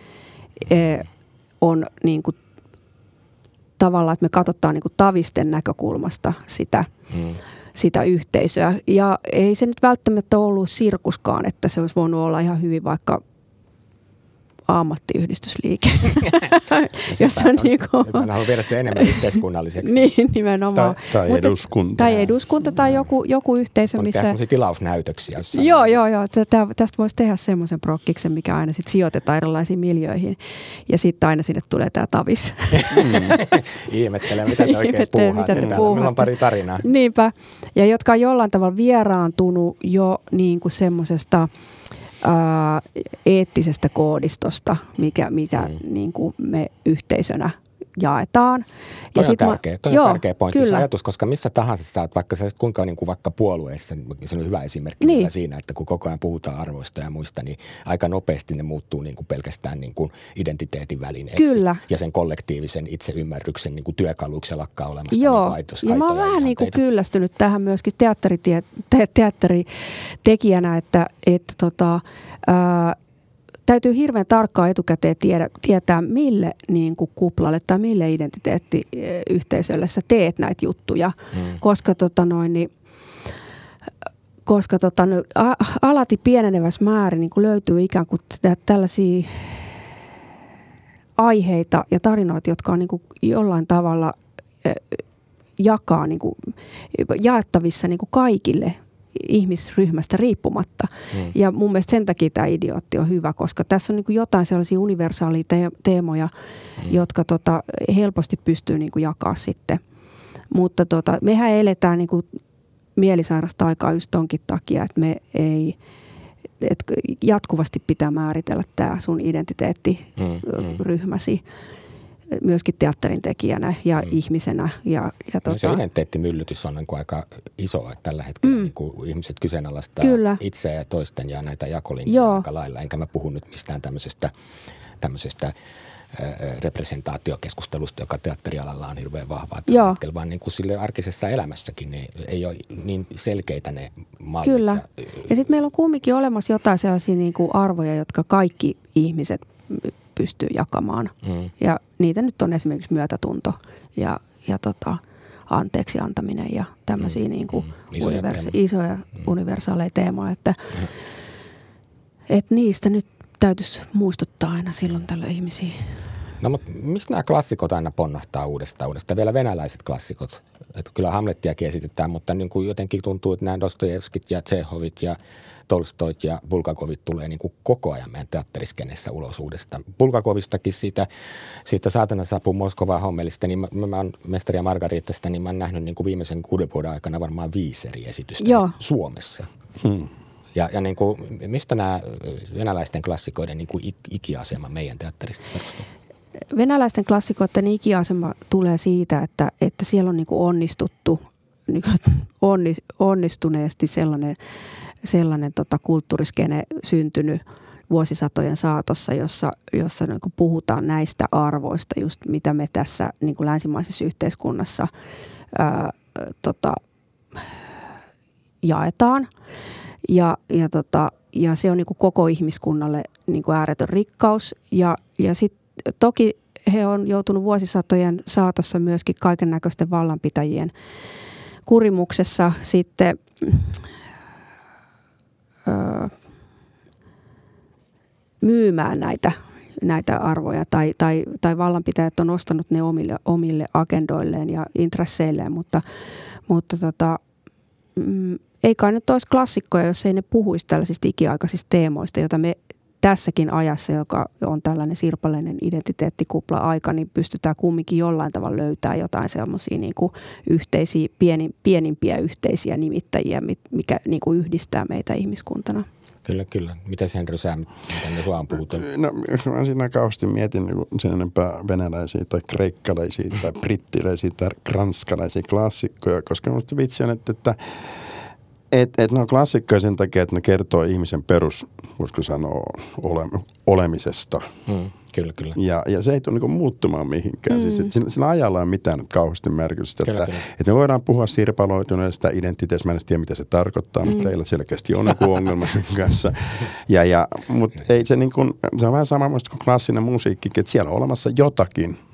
on niin kuin tavallaan, että me katsotaan niin kuin tavisten näkökulmasta sitä, mm. sitä yhteisöä. Ja ei se nyt välttämättä ollut sirkuskaan, että se olisi voinut olla ihan hyvin vaikka ammattiyhdistysliike. Jos on niinku... Hän haluaa viedä se enemmän yhteiskunnalliseksi. Niin, nimenomaan. Tai, tai Mutta, eduskunta. Tai eduskunta tai joku, joku yhteisö, on missä... On tehdä tilausnäytöksiä. Joo, joo, joo. Tätä, tästä voisi tehdä semmoisen prokkiksen, mikä aina sit sijoitetaan erilaisiin miljöihin. Ja sitten aina sinne tulee tämä tavis. Ihmettelee, mitä te oikein puuhaatte. Meillä on pari tarinaa. Niinpä. Ja jotka on jollain tavalla vieraantunut jo niin kuin semmoisesta ää, eettisestä koodistosta, mikä, mitä mm. niin kuin me yhteisönä jaetaan. Toi ja on tärkeä, toi joo, on tärkeä pointti, kyllä. se ajatus, koska missä tahansa sä oot, vaikka sä oot kuinka niin kuin vaikka puolueessa, se on hyvä esimerkki niin. siinä, että kun koko ajan puhutaan arvoista ja muista, niin aika nopeasti ne muuttuu niin kuin pelkästään niin kuin identiteetin välineeksi. Kyllä. Ja sen kollektiivisen itseymmärryksen niin kuin työkaluksi se lakkaa olemasta. Joo, niin aitos, ja mä oon vähän niin kuin kyllästynyt tähän myöskin teatteritie, te, teatteritekijänä, että, että tota, ää, täytyy hirveän tarkkaan etukäteen tiedä, tietää, mille niin kuin kuplalle tai mille identiteettiyhteisölle sä teet näitä juttuja, mm. koska, tota noin, niin, koska tota, no, a, alati pienenevässä määrin niin kuin löytyy ikään kuin tä, tällaisia aiheita ja tarinoita, jotka on niin kuin jollain tavalla äh, jakaa, niin kuin, jaettavissa niin kuin kaikille ihmisryhmästä riippumatta. Mm. Ja mun mielestä sen takia tämä idiootti on hyvä, koska tässä on niin kuin jotain sellaisia universaalia te- teemoja, mm. jotka tota, helposti pystyy niin kuin jakaa sitten. Mutta tota, mehän eletään niin kuin mielisairasta aikaa just tonkin takia, että me ei, että jatkuvasti pitää määritellä tämä sun identiteettiryhmäsi. Mm. Myöskin teatterin tekijänä ja mm. ihmisenä. Ja, ja no, tota... Se identiteettimyllytys on niin kuin aika iso, että tällä hetkellä mm. niin kuin ihmiset kyseenalaistaa Kyllä. itseä ja toisten ja näitä jakolinjoja aika lailla. Enkä mä puhu nyt mistään tämmöisestä, tämmöisestä äh, representaatiokeskustelusta, joka teatterialalla on hirveän vahvaa tällä hetkellä, vaan niin kuin sille arkisessa elämässäkin niin ei ole niin selkeitä ne mallit. Kyllä. Ja, ja sitten meillä on kumminkin olemassa jotain sellaisia niin kuin arvoja, jotka kaikki ihmiset pystyy jakamaan. Mm. Ja niitä nyt on esimerkiksi myötätunto ja, ja tota, anteeksi antaminen ja tämmöisiä mm. niin kuin mm. isoja, universa- isoja mm. universaaleja teemoja, että mm. et niistä nyt täytyisi muistuttaa aina silloin tällöin ihmisiä. No mutta mistä nämä klassikot aina ponnahtaa uudestaan uudestaan? Vielä venäläiset klassikot. Että kyllä Hamlettiakin esitetään, mutta niin kuin jotenkin tuntuu, että nämä Dostojevskit ja Tšehovit ja Tolstoit ja Bulgakovit tulee niin kuin koko ajan meidän teatteriskenessä ulos uudestaan. Bulgakovistakin siitä, siitä Saatana saapuu Moskovaan hommelista, niin mä, mä oon Mestari ja Margaritasta, niin mä oon nähnyt niin kuin viimeisen kuuden vuoden aikana varmaan viisi eri esitystä Joo. Suomessa. Hmm. Ja, ja niin kuin, mistä nämä venäläisten klassikoiden niin kuin ikiasema meidän teatterista perustuu? Venäläisten klassikoiden ikiasema tulee siitä, että, että siellä on niin kuin onnistuttu, niin kuin onnistuneesti sellainen, sellainen tota kulttuuriskene syntynyt vuosisatojen saatossa, jossa, jossa niin kuin puhutaan näistä arvoista, just mitä me tässä niin kuin länsimaisessa yhteiskunnassa ää, tota, jaetaan. Ja, ja, tota, ja se on niin kuin koko ihmiskunnalle niin kuin ääretön rikkaus. Ja, ja sitten toki he on joutunut vuosisatojen saatossa myöskin kaiken näköisten vallanpitäjien kurimuksessa sitten öö, myymään näitä, näitä arvoja. Tai, tai, tai vallanpitäjät on ostanut ne omille, omille agendoilleen ja intresseilleen, mutta, mutta tota, mm, ei kai nyt olisi klassikkoja, jos ei ne puhuisi tällaisista ikiaikaisista teemoista, joita me tässäkin ajassa, joka on tällainen sirpaleinen identiteettikupla-aika, niin pystytään kumminkin jollain tavalla löytämään jotain semmoisia niin kuin yhteisiä, pienin, pienimpiä yhteisiä nimittäjiä, mikä niin kuin yhdistää meitä ihmiskuntana. Kyllä, kyllä. Mitäs Henry, sä, mitä me sua on puhuttu? No, mä siinä kauheasti mietin niin sen enempää venäläisiä tai kreikkalaisia tai brittiläisiä tai ranskalaisia klassikkoja, koska musta vitsi on, että, että Että et ne on klassikkoja sen takia, että ne kertoo ihmisen perus, voisiko sanoa, ole, olemisesta. Mm, kyllä, kyllä. Ja, ja se ei tule niinku muuttumaan mihinkään. Mm. Siis, sillä, sillä ajalla ei mitään nyt kauheasti merkitystä. Kyllä, että, kyllä. että me voidaan puhua sirpaloituneesta identiteetistä. Mä en tiedä, mitä se tarkoittaa, mm. mutta teillä selkeästi on joku ongelma sen kanssa. Ja, ja, mutta ei se, niin kuin, se on vähän sama kuin klassinen musiikki, että siellä on olemassa jotakin,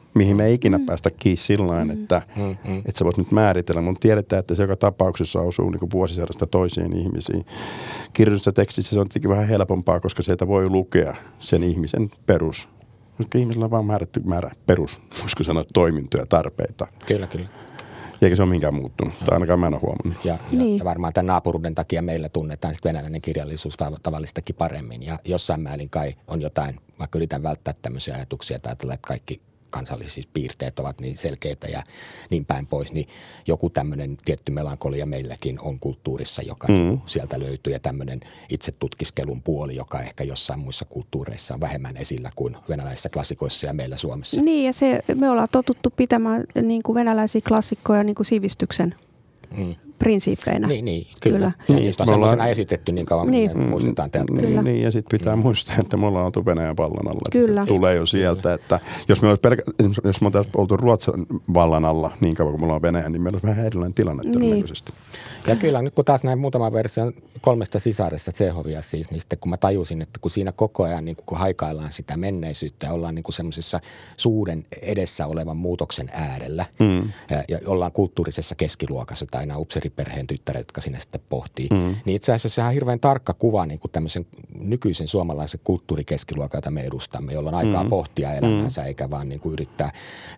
mihin me ei ikinä mm. päästä kiinni sillain, mm. että, mm. että sä voit nyt määritellä, mutta tiedetään, että se joka tapauksessa osuu niin kuin vuosisadasta toisiin ihmisiin. Kirjallisessa tekstissä se on tietenkin vähän helpompaa, koska sieltä voi lukea sen ihmisen perus. Koska ihmisellä on vaan määrätty määrä perus, voisiko sanoa, toimintoja, tarpeita. Kyllä, kyllä. Eikä se ole minkään muuttunut, tai ainakaan mä en ole huomannut. Ja, ja, niin. ja varmaan tämän naapuruuden takia meillä tunnetaan sit venäläinen kirjallisuus tavallistakin paremmin. Ja jossain määrin kai on jotain, vaikka yritän välttää tämmöisiä ajatuksia, että ajatellaan, että kaikki kansalliset piirteet ovat niin selkeitä ja niin päin pois, niin joku tämmöinen tietty melankolia meilläkin on kulttuurissa, joka mm. sieltä löytyy, ja tämmöinen itsetutkiskelun puoli, joka ehkä jossain muissa kulttuureissa on vähemmän esillä kuin venäläisissä klassikoissa ja meillä Suomessa. Niin, ja se, me ollaan totuttu pitämään niin kuin venäläisiä klassikkoja niin kuin sivistyksen mm. prinsiippeinä. Niin, niin kyllä. kyllä. Ja niin, niistä on semmoisena ollaan esitetty niin kauan, niin. me muistetaan teatteria. Niin, niin, ja sitten pitää muistaa, että me ollaan oltu Venäjän vallan alla. Kyllä. Se tulee jo sieltä, että jos me olisi pelkä, jos me oltaisiin oltu Ruotsin vallan alla niin kauan kuin me ollaan Venäjän, niin meillä olisi vähän erilainen tilanne niin. todennäköisesti. Ja kyllä, nyt kun taas näin muutaman version kolmesta sisaresta Tšekhovia siis, niin sitten kun mä tajusin, että kun siinä koko ajan niin kun haikaillaan sitä menneisyyttä ja ollaan niin kuin semmoisessa suuren edessä olevan muutoksen äärellä mm. ja, ja ollaan kulttuurisessa keskiluokassa tai nämä upseriperheen tyttäret, jotka sinne sitten pohtii, mm. niin itse asiassa sehän on hirveän tarkka kuva niin kuin tämmöisen nykyisen suomalaisen kulttuurikeskiluokan, jota me edustamme, jolla on aikaa mm. pohtia elämänsä, mm. eikä vaan niin kuin yrittää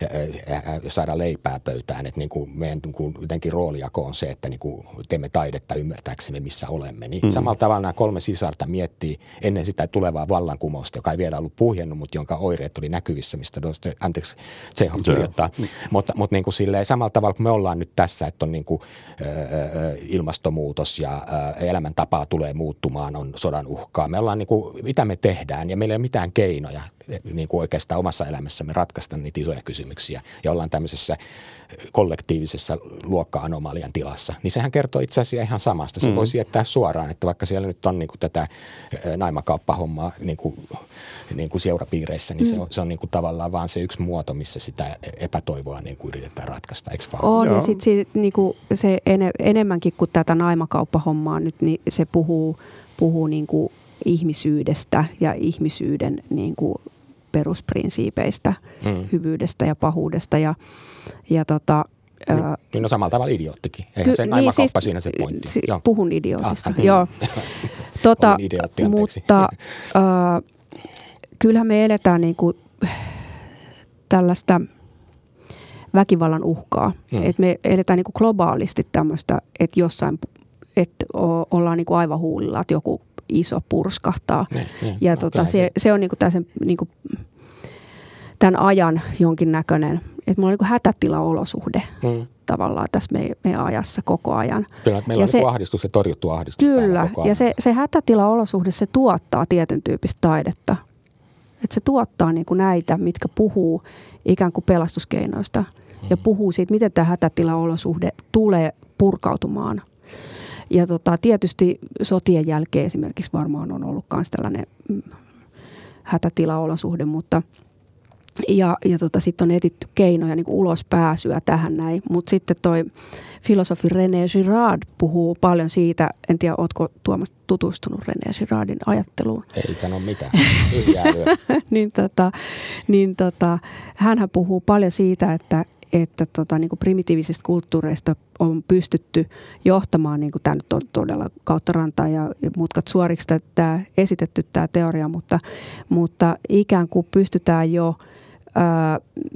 ä, ä, saada leipää pöytään. Että niin kuin meidän niin kuin jotenkin roolijako on se, että niin kuin teemme taidetta ymmärtääksemme, missä olemme. Niin mm. samalla tavalla nämä kolme sisarta miettii ennen sitä tulevaa vallankumousta, joka ei vielä ollut puhjennut, mutta jonka oireet oli näkyvissä, mistä Dostoevskij, anteeksi, Tšekhov kirjoittaa. Mm. Mutta, mutta niin kuin silleen, samalla tavalla kuin me ollaan nyt tässä, että on niin kuin, ö, ö, ilmastonmuutos ja ö, elämäntapaa tulee muuttumaan, on sodan uhkaa. Me ollaan niin kuin, mitä me tehdään ja meillä ei ole mitään keinoja niin kuin oikeastaan omassa elämässämme ratkaista niitä isoja kysymyksiä ja ollaan tämmöisessä kollektiivisessa luokka-anomalian tilassa, niin sehän kertoo itse asiassa ihan samasta. Se mm. voi sietää suoraan, että vaikka siellä nyt on niin kuin tätä naimakauppahommaa niin kuin, niin kuin seurapiireissä, niin mm. se on, se on niin kuin tavallaan vaan se yksi muoto, missä sitä epätoivoa niin kuin yritetään ratkaista, eikö vaan? On, Joo. ja sitten niin se ene, enemmänkin kuin tätä naimakauppahommaa nyt, niin se puhuu, puhuu niin kuin ihmisyydestä ja ihmisyyden niin kuin perusprinsiipeistä, mm. hyvyydestä ja pahuudesta ja, ja tota, niin, ää, niin no samalla tavalla idioottikin. Eihän ky- se naimakauppa niin, siinä se pointti. Si- puhun idiootista, ah, joo. tota, idiootti, mutta ää, kyllähän me eletään niin kuin tällaista väkivallan uhkaa. Mm. Et me eletään niin kuin globaalisti tämmöistä, että jossain että ollaan niin kuin aivan huulilla, että joku iso purskahtaa. Ne, ne, ja no, tota, se, se on niinku tämän, niinku, tämän ajan jonkinnäköinen, että mulla on niinku hätätilaolosuhde hmm. tavallaan tässä meidän, meidän ajassa koko ajan. Kyllä, meillä ja on se, niinku ahdistus ja torjuttu ahdistus. Kyllä, ja se, se hätätilaolosuhde, se tuottaa tietyn tyyppistä taidetta. Että se tuottaa niinku näitä, mitkä puhuu ikään kuin pelastuskeinoista hmm. ja puhuu siitä, miten tämä hätätilaolosuhde tulee purkautumaan. Ja tota, tietysti sotien jälkeen esimerkiksi varmaan on ollut myös tällainen mm, hätätilaolosuhde, mutta ja, ja tota, sitten on etitty keinoja niin kuin ulospääsyä tähän näin. Mutta sitten toi filosofi René Girard puhuu paljon siitä, en tiedä, ootko Tuomas tutustunut René Girardin ajatteluun? Ei sano mitään, niin tota, niin tota, hänhän puhuu paljon siitä, että että tota, niin kuin primitiivisistä kulttuureista on pystytty johtamaan, niin kuin tämä nyt on todella kautta rantaa ja, ja mutkat suoriksi tämä esitetty tämä teoria, mutta, mutta ikään kuin pystytään jo ää,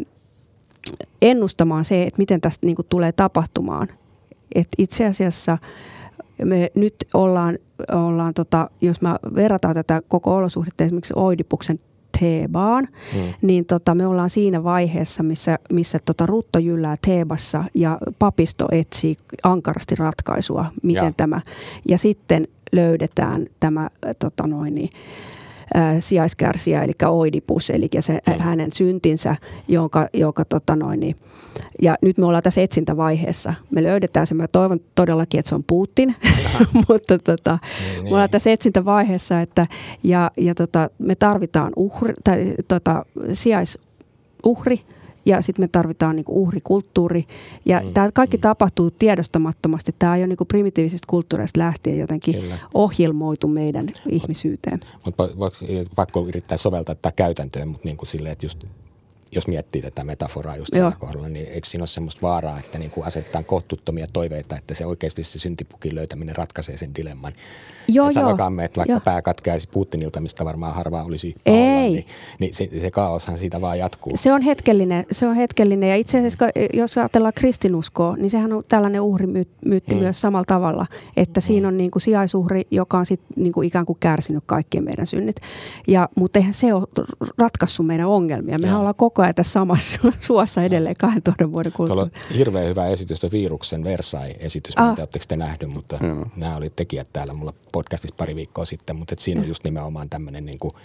ennustamaan se, että miten tästä niin kuin tulee tapahtumaan. Et itse asiassa me nyt ollaan, ollaan tota, jos me verrataan tätä koko olosuhdetta esimerkiksi Oidipuksen Thebaan, hmm. niin tota, me ollaan siinä vaiheessa, missä, missä tota Rutto jyllää Thebassa ja papisto etsii ankarasti ratkaisua, miten ja. tämä, ja sitten löydetään tämä tota noin, niin, ä, sijaiskärsijä, eli Oidipus, eli se, hmm. hänen syntinsä, jonka, joka tota noin, niin, ja nyt me ollaan tässä etsintävaiheessa. Me löydetään se, mä toivon todellakin, että se on Putin, mutta tota, niin, me ollaan tässä etsintävaiheessa, että ja, ja tota, me tarvitaan uhri, tai, tota, sijaisuhri ja sitten me tarvitaan niinku uhrikulttuuri. Ja mm, tämä kaikki mm. tapahtuu tiedostamattomasti. Tämä on jo niinku primitiivisistä kulttuureista lähtien jotenkin Kyllä. ohjelmoitu meidän ihmisyyteen. Mutta pakko yrittää soveltaa tätä käytäntöön, mutta niin kuin silleen, että just jos miettii tätä metaforaa just sillä kohdalla, niin eikö siinä ole semmoista vaaraa, että niin kuin asetetaan kohtuuttomia toiveita, että se oikeasti se syntipukin löytäminen ratkaisee sen dilemman. Joo, että joo. sanokaamme, että vaikka joo. pää katkeaisi Putinilta, mistä varmaan harvaa olisi olla, niin, niin se, se kaoshan siitä vaan jatkuu. Se on hetkellinen, se on hetkellinen. Ja itse asiassa, jos ajatellaan kristinuskoa, niin sehän on tällainen uhrimyytti hmm. myös samalla tavalla, että hmm. siinä on niin kuin sijaisuhri, joka on sit niin kuin ikään kuin kärsinyt kaikkien meidän synnit. Ja, mutta eihän se ole ratkaissut meidän ongelmia. Mehän ja. ollaan koko ajan tässä samassa suossa edelleen kahdentuhannen vuoden kuluttua. Tuolla on hirveän hyvä esitys, tuo Viruksen Versailles-esitys, ah. mitä oletteko te nähnyt, mutta hmm. nämä oli tekijät täällä mulla podcastissa pari viikkoa sitten, mutta siinä on just nimenomaan tämmöinen niin kuin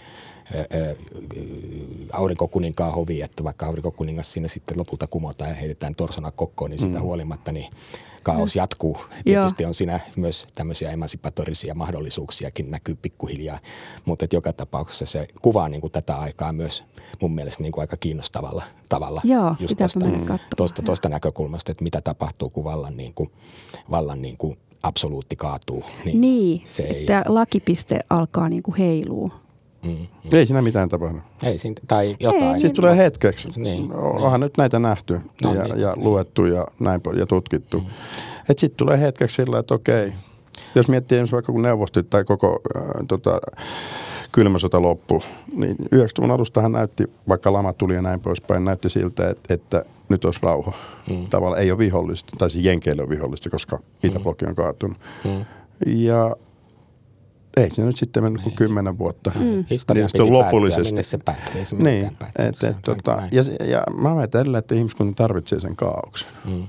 aurinkokuninkaan hovi, että vaikka aurinkokuningas siinä sitten lopulta kumotaan ja heitetään torsona kokkoon, niin siitä mm. huolimatta niin kaos jatkuu. Tietysti on siinä myös tämmöisiä emansipatorisia mahdollisuuksiakin näkyy pikkuhiljaa, mutta joka tapauksessa se kuvaa niin kuin tätä aikaa myös mun mielestä niin kuin aika kiinnostavalla tavalla. Joo, just tuosta, tuosta näkökulmasta, että mitä tapahtuu, kun vallan, niin kuin, vallan niin kuin absoluutti kaatuu. Niin, niin se että ei... lakipiste alkaa niin kuin heilua. Mm, mm. Ei siinä mitään tapahdu. Ei siinä, tai jotain. Ei, siis tulee hetkeksi. Niin, Onhan niin. nyt näitä nähty no, ja, niin, ja niin. luettu ja näin ja tutkittu. Mm. Että sitten tulee hetkeksi sillä, että okei, jos miettii esimerkiksi vaikka kun neuvostot tai koko äh, tota, kylmä sota loppu, niin yhdeksänkymmentäluvun alustahan näytti, vaikka lama tuli ja näin poispäin, näytti siltä, että, että nyt olisi rauha. Mm. Tavallaan ei ole vihollista, tai siis jenkeille on vihollista, koska Itäblokki on kaatunut. Mm. Ja ei se nyt sitten mennyt kuin kymmenen vuotta. Mm. Historia piti lopullisesti. Päättyä, minne se päättyy. Ei se niin, et, et, tota, ja, ja mä väitän, että ihmiskunta tarvitsee sen kaaoksen. Mm.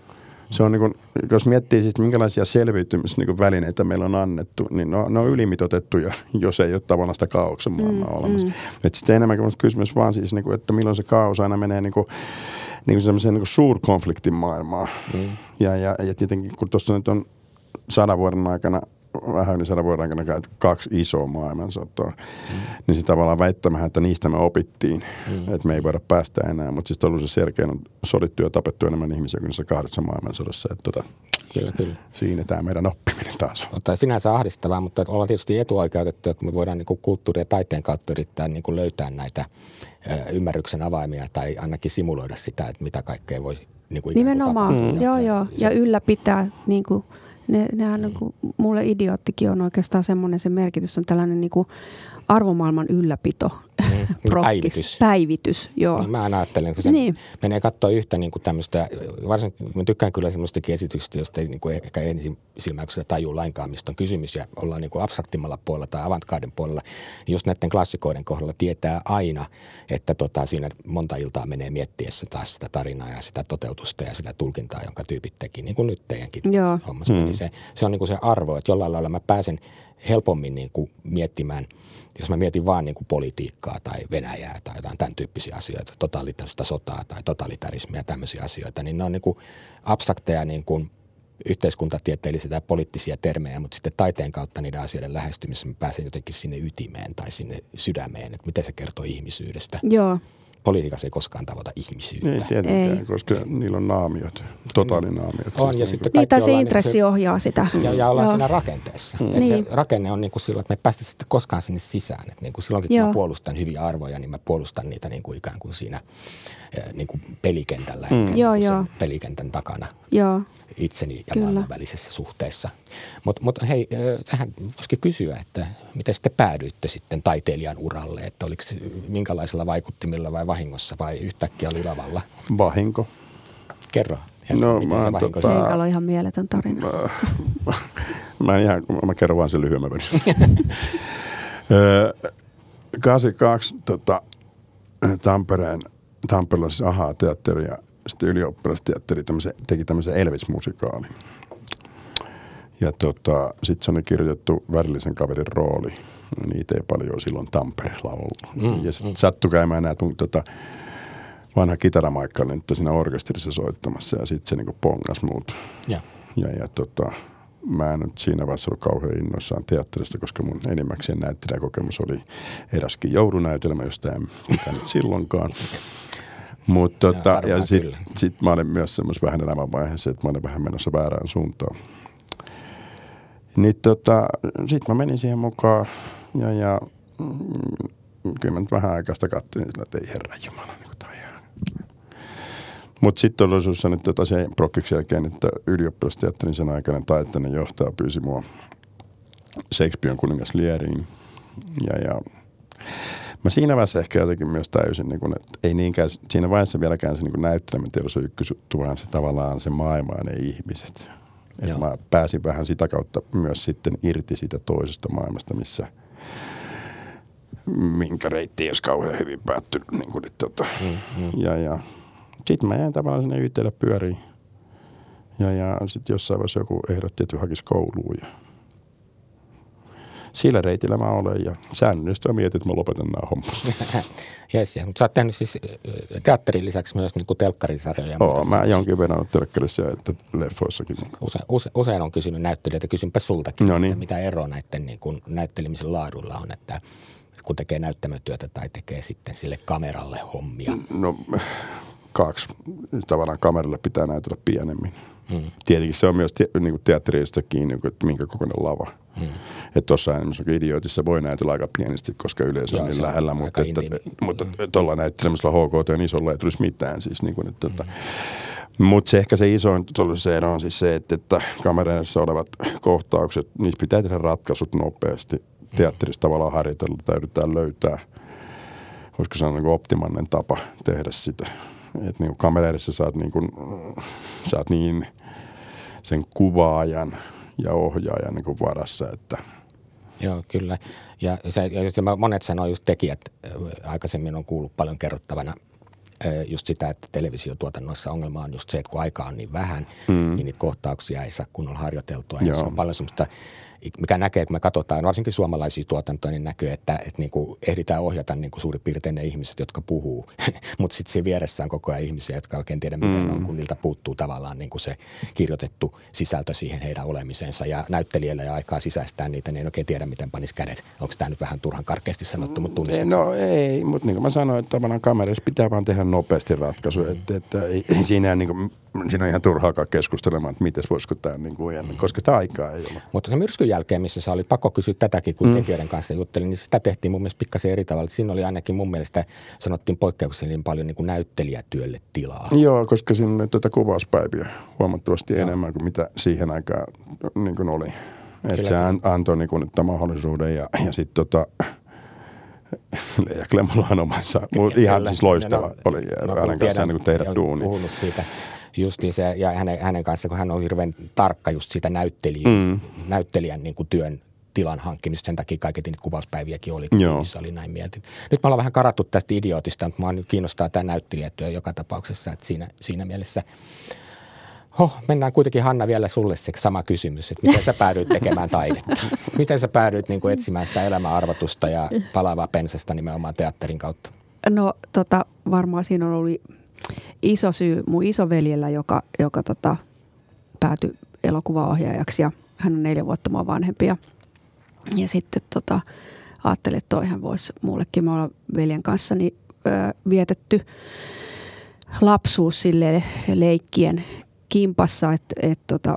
Se on niin kuin, jos miettii siis minkälaisia selviytymisvälineitä meillä on annettu, niin ne on, ne on ylimitoitettuja, jos ei ole tavallaan sitä kaaoksen maailmaa mm, olemassa. Mm. Että sitten enemmänkin kysymys vaan siis, niin kuin, että milloin se kaos aina menee niin kuin, niin kuin semmoiseen niin kuin suurkonfliktin maailmaan. Mm. Ja, ja, ja tietenkin kun tuossa nyt on sadan vuoden aikana, vähän yli sadan vuoden aikana käyty kaksi isoa maailmansotaa, mm. niin se tavallaan väittämään, että niistä me opittiin, mm. että me ei voida päästä enää. Mutta siis ollut se selkeä on sodittu ja tapettu enemmän ihmisiä kuin niissä kahdessa maailmansodassa. Että tota, kyllä, kyllä. Siinä tämä meidän oppiminen taas on. Mutta sinänsä ahdistavaa, mutta ollaan tietysti etuoikeutettu, että me voidaan niin kuin kulttuuri- ja taiteen kautta yrittää niin kuin löytää näitä ö, ymmärryksen avaimia tai ainakin simuloida sitä, että mitä kaikkea voi niin kuin nimenomaan, mm. joo joo, ja ylläpitää niin kuin Ne, nehän, mm. kun mulle idioottikin on oikeastaan semmoinen, se merkitys on tällainen niin kuin arvomaailman ylläpito, mm. päivitys. Päivitys, joo. Niin mä ajattelen, kun se niin. menee katsoa yhtä niin kuin tämmöistä, varsinkin mä tykkään kyllä semmoistakin esityksistä, josta ei niin kuin ehkä ensin silmäyksellä tajua lainkaan, mistä on kysymys ja ollaan niin kuin abstraktimmalla puolella tai avantgarden puolella, niin just näiden klassikoiden kohdalla tietää aina, että tota, siinä monta iltaa menee miettiessä taas sitä tarinaa ja sitä toteutusta ja sitä tulkintaa, jonka tyypit teki, niin kuin nyt teidänkin hommassa. Hmm. Niin se, se on niin kuin se arvo, että jollain lailla mä pääsen helpommin niin kuin miettimään, jos mä mietin vaan niin kuin politiikkaa tai Venäjää tai jotain tämän tyyppisiä asioita, totalitaarista sotaa tai totalitarismia ja tämmöisiä asioita, niin ne on niin kuin abstrakteja niin kuin yhteiskuntatieteellisiä tai poliittisia termejä, mutta sitten taiteen kautta niiden asioiden lähestymisessä mä pääsen jotenkin sinne ytimeen tai sinne sydämeen, että miten se kertoo ihmisyydestä. Joo. Politiikassa ei koskaan tavoita ihmisyyttä. Ei tietenkään, ei. Koska niillä on naamiot, totaalinaamiot. On, siis ja niin sitten niin, tai se ollaan intressi niin ohjaa sitä. Ja, ja ollaan Joo. siinä rakenteessa. Mm. Niin. Se rakenne on niin kuin silloin, että me ei päästä sitten koskaan sinne sisään. Että niin kuin silloinkin, kun Joo. mä puolustan hyviä arvoja, niin mä puolustan niitä niin kuin ikään kuin siinä niin kuin pelikentällä, mm. eikä Joo, niin jo. sen pelikentän takana Joo. itseni ja Kyllä. maailman välisessä suhteessa. Mutta mut, hei, tähän voisikin kysyä, että miten te päädyitte sitten taiteilijan uralle? Että oliko minkälaisella vaikuttimilla vai vahingossa vai yhtäkkiä oli lavalla? Vahinko. Kerro. No, mä, se vahinko tota, Henkalla on ihan mieletön tarina. Mä, mä, ihan, mä kerron vaan sen lyhyemmän kahdeksankymmentäkaksi tota, Tampereen, Tampereella siis Ahaa-teatteri ja sitten ylioppilasteatteri teki tämmöisen Elvis-musikaalin. Ja tota, sitten se oli kirjoitettu Värillisen kaverin rooli. Niitä ei paljon silloin Tampereella ollut. Mm, ja sitten mm. sattui käymään nämä tota, vanha kitaramaikka oli nyt siinä orkesterissa soittamassa ja sitten se niinku pongas muut. Ja, ja, ja tota, mä en nyt siinä vaiheessa ollut kauhean innoissaan teatterista, koska mun enimmäkseen näyttelijäkokemus oli eräskin joulunäytelmä, josta en pitänyt silloinkaan. Mutta tota, ja, ja sitten sit mä olin myös semmoisessa vähän elämänvaiheessa, että mä olin vähän menossa väärään suuntaan. Niin tota, sitten mä menin siihen mukaan ja, ja mm, kyllä mä nyt vähän aikaa sitä katsoin, että ei herranjumala, niin kuin tää on ihan Mutta sitten todellisuudessa nyt tota se prokkiksen jälkeen, että ylioppilasteatterin sen aikainen taiteellinen johtaja pyysi mua Shakespearen kuningas Leariin. Ja, ja mä siinä vaiheessa ehkä jotenkin myös täysin, niin kun, että ei niinkään, siinä vaiheessa vieläkään se niin näyttelemänteos on ykkösjuttu, vaan se tavallaan se maailma ja ne ihmiset. Että mä pääsin vähän sitä kautta myös sitten irti siitä toisesta maailmasta, missä minkä reitti ei olisi kauhean hyvin päättynyt. Niin kuin, tota. mm, mm. Ja, ja sitten mä jäin tavallaan sinne Y T:lle pyöriin. Ja, ja sitten jossain vaiheessa joku ehdotti, että hakisi kouluun. Ja sillä reitillä mä olen ja säännöllisesti mä mietin, että mä lopetan nämä hommat. Jes, mutta sä oot tehnyt siis teatterin lisäksi myös niinku telkkarisarjoja. Oo, mä jonkin verran telkkarissa ja että leffoissakin. Use, use, usein on kysynyt näyttelijöitä, kysynpä sultakin, no niin. Että mitä eroa näiden niin kuin näyttelemisen laadulla on, että kun tekee näyttämötyötä tai tekee sitten sille kameralle hommia. No kaksi. Tavallaan kameralle pitää näytellä pienemmin. Hmm. Tietenkin se on myös te, niin kuin teatterista kiinni, että minkä kokoinen lava. Hmm. Että tuossa enemmän Idiootissa voi näytellä aika pienesti, koska yleisö on niin lähellä, mutta, että, mutta hmm. tuolla näyttelemisellä H K T isolla ei tulisi mitään. Siis, niin kuin, että, hmm. Mutta se ehkä se isoin se ero on siis se, että, että kamerassa olevat kohtaukset, niissä pitää tehdä ratkaisut nopeasti. Teatterissa tavallaan harjoitella tai yritetään löytää, koska se on niin kuin optimaalinen tapa tehdä sitä. Että niin kamera edessä sä oot niin, kuin, sä oot niin sen kuvaajan ja ohjaajan niin kuin varassa, että... Joo, kyllä. Ja, se, ja monet sanoo just tekijät, aikaisemmin on kuullut paljon kerrottavana just sitä, että televisiotuotannoissa ongelma on just se, että kun aikaa on niin vähän, mm. niin niitä kohtauksia ei saa kunnolla harjoiteltua. Ja se on paljon semmoista, mikä näkee, kun me katsotaan varsinkin suomalaisia tuotantoja, niin näkyy, että, että niin kuin ehditään ohjata niin kuin suurin piirtein ne ihmiset, jotka puhuu. Mutta sitten siinä vieressä on koko ajan ihmisiä, jotka oikein tiedä, mitä mm. on, kun niiltä puuttuu tavallaan niin kuin se kirjoitettu sisältö siihen heidän olemiseensa. Ja näyttelijällä ja aikaa sisäistää niitä, niin ei oikein tiedä, miten panisi kädet. Onko tämä nyt vähän turhan karkeasti sanottu, mutta tunnistatko? No ei, mutta niin kuin mä sanoin, että tavallaan kamerassa pitää vaan tehdä nopeasti ratkaisu. Mm. Että, että ei, siinä, niin kuin, siinä on ihan turhaakaan keskustelemaan, että miten voisiko tämä, niin kuin, mm. koska sitä aikaa ei ole. Mutta se myrskyn jälkeen, missä sä oli pakko kysyä tätäkin, kun mm. tekijöiden kanssa juttelin, niin sitä tehtiin mun mielestä pikkasen eri tavalla. Siinä oli ainakin mun mielestä, sanottiin poikkeuksellisen paljon niin kuin näyttelijätyölle tilaa. Joo, koska siinä oli tuota kuvauspäiviä huomattavasti Joo. enemmän kuin mitä siihen aikaan niin kuin oli. Että se antoi niin kuin, että mahdollisuuden ja, ja sitten tota... Leija Klemmolla on omansa. Ihan siis loistava no, oli no, hänen kanssaan niin tehdä duunia. Puhunut siitä justiin se, ja hänen, hänen kanssaan, kun hän on hirveän tarkka just siitä näyttelijän, mm. näyttelijän niin kuin työn tilan hankkimista. Sen takia kaiketi niitä kuvauspäiviäkin oli, kun missä oli näin mietin. Nyt me ollaan vähän karattu tästä Idiootista, mutta minua nyt kiinnostaa tämä näyttelijätyö joka tapauksessa, että siinä, siinä mielessä... Hoh, mennään kuitenkin Hanna vielä sulle se sama kysymys, että miten sä päädyit tekemään taidetta? Miten sä päädyit niin kuin etsimään sitä elämänarvotusta ja palaavaa pensasta nimenomaan teatterin kautta? No tota, varmaan siinä on ollut iso syy mun isoveljellä, joka, joka tota, päätyi elokuvaohjaajaksi ja hän on neljä vuotta mua vanhempi. Ja, ja sitten tota, ajattelin, että toihan voisi mullekin, me ollaan veljen kanssa niin, ö, vietetty lapsuus silleen leikkien kimpassa, että et, tota,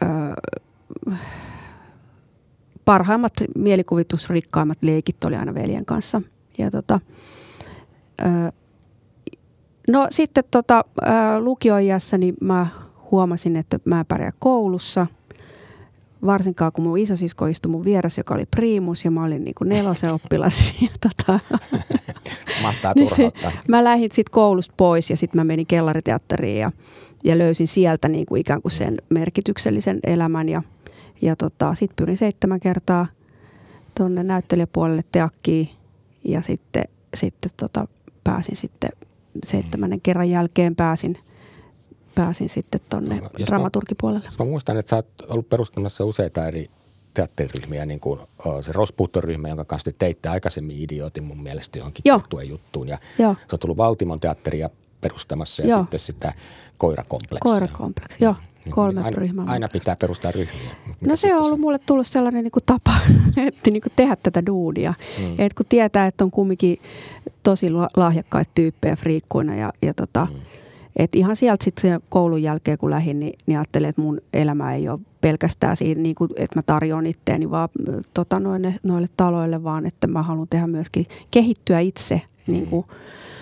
parhaimmat mielikuvitusrikkaimmat leikit oli aina veljen kanssa. Ja tota, ö, no sitten tota, lukioiässä niin mä huomasin, että mä en pärjää koulussa. Varsinkaan kun mun isosisko istui mun vieressä, joka oli priimus ja mä olin niin kuin nelosen oppilas. Ja tota, mahtaa turhauttaa. Niin mä lähdin sitten koulusta pois ja sitten mä menin kellariteatteriin ja, ja löysin sieltä niin kuin ikään kuin sen merkityksellisen elämän. Ja, ja tota, sitten pyrin seitsemän kertaa tuonne näyttelijäpuolelle teakkiin ja sitten, sitten tota, pääsin sitten seitsemännen kerran jälkeen pääsin Pääsin sitten tuonne no, dramaturgipuolelle. Mä muistan, että sä oot ollut perustamassa useita eri teatteriryhmiä, niin kuin se Rospuutto-ryhmä, jonka kanssa te teitte aikaisemmin Idiootin mun mielestä johonkin juttujen juttuun. Ja Joo. sä oot tullut Valtimon teatteria perustamassa ja Joo. sitten sitä Koirakompleksia. Koirakompleksi, joo. Kolme aina, ryhmää. Aina pitää perustaa ryhmiä. Mitä no se on ollut mulle tullut sellainen niin kuin tapa, että niin kuin tehdä tätä duunia. Mm. Et kun tietää, että on kumminkin tosi lahjakkaita tyyppejä friikkuina ja, ja tota... Mm. Et ihan sieltä sitten koulun jälkeen, kun lähdin, niin, niin ajattelin, että mun elämä ei ole pelkästään siinä, niin kuin, että mä tarjoan itteeni vaan tota, noille, noille taloille, vaan että mä haluan tehdä myöskin, kehittyä itse mm. niin kuin,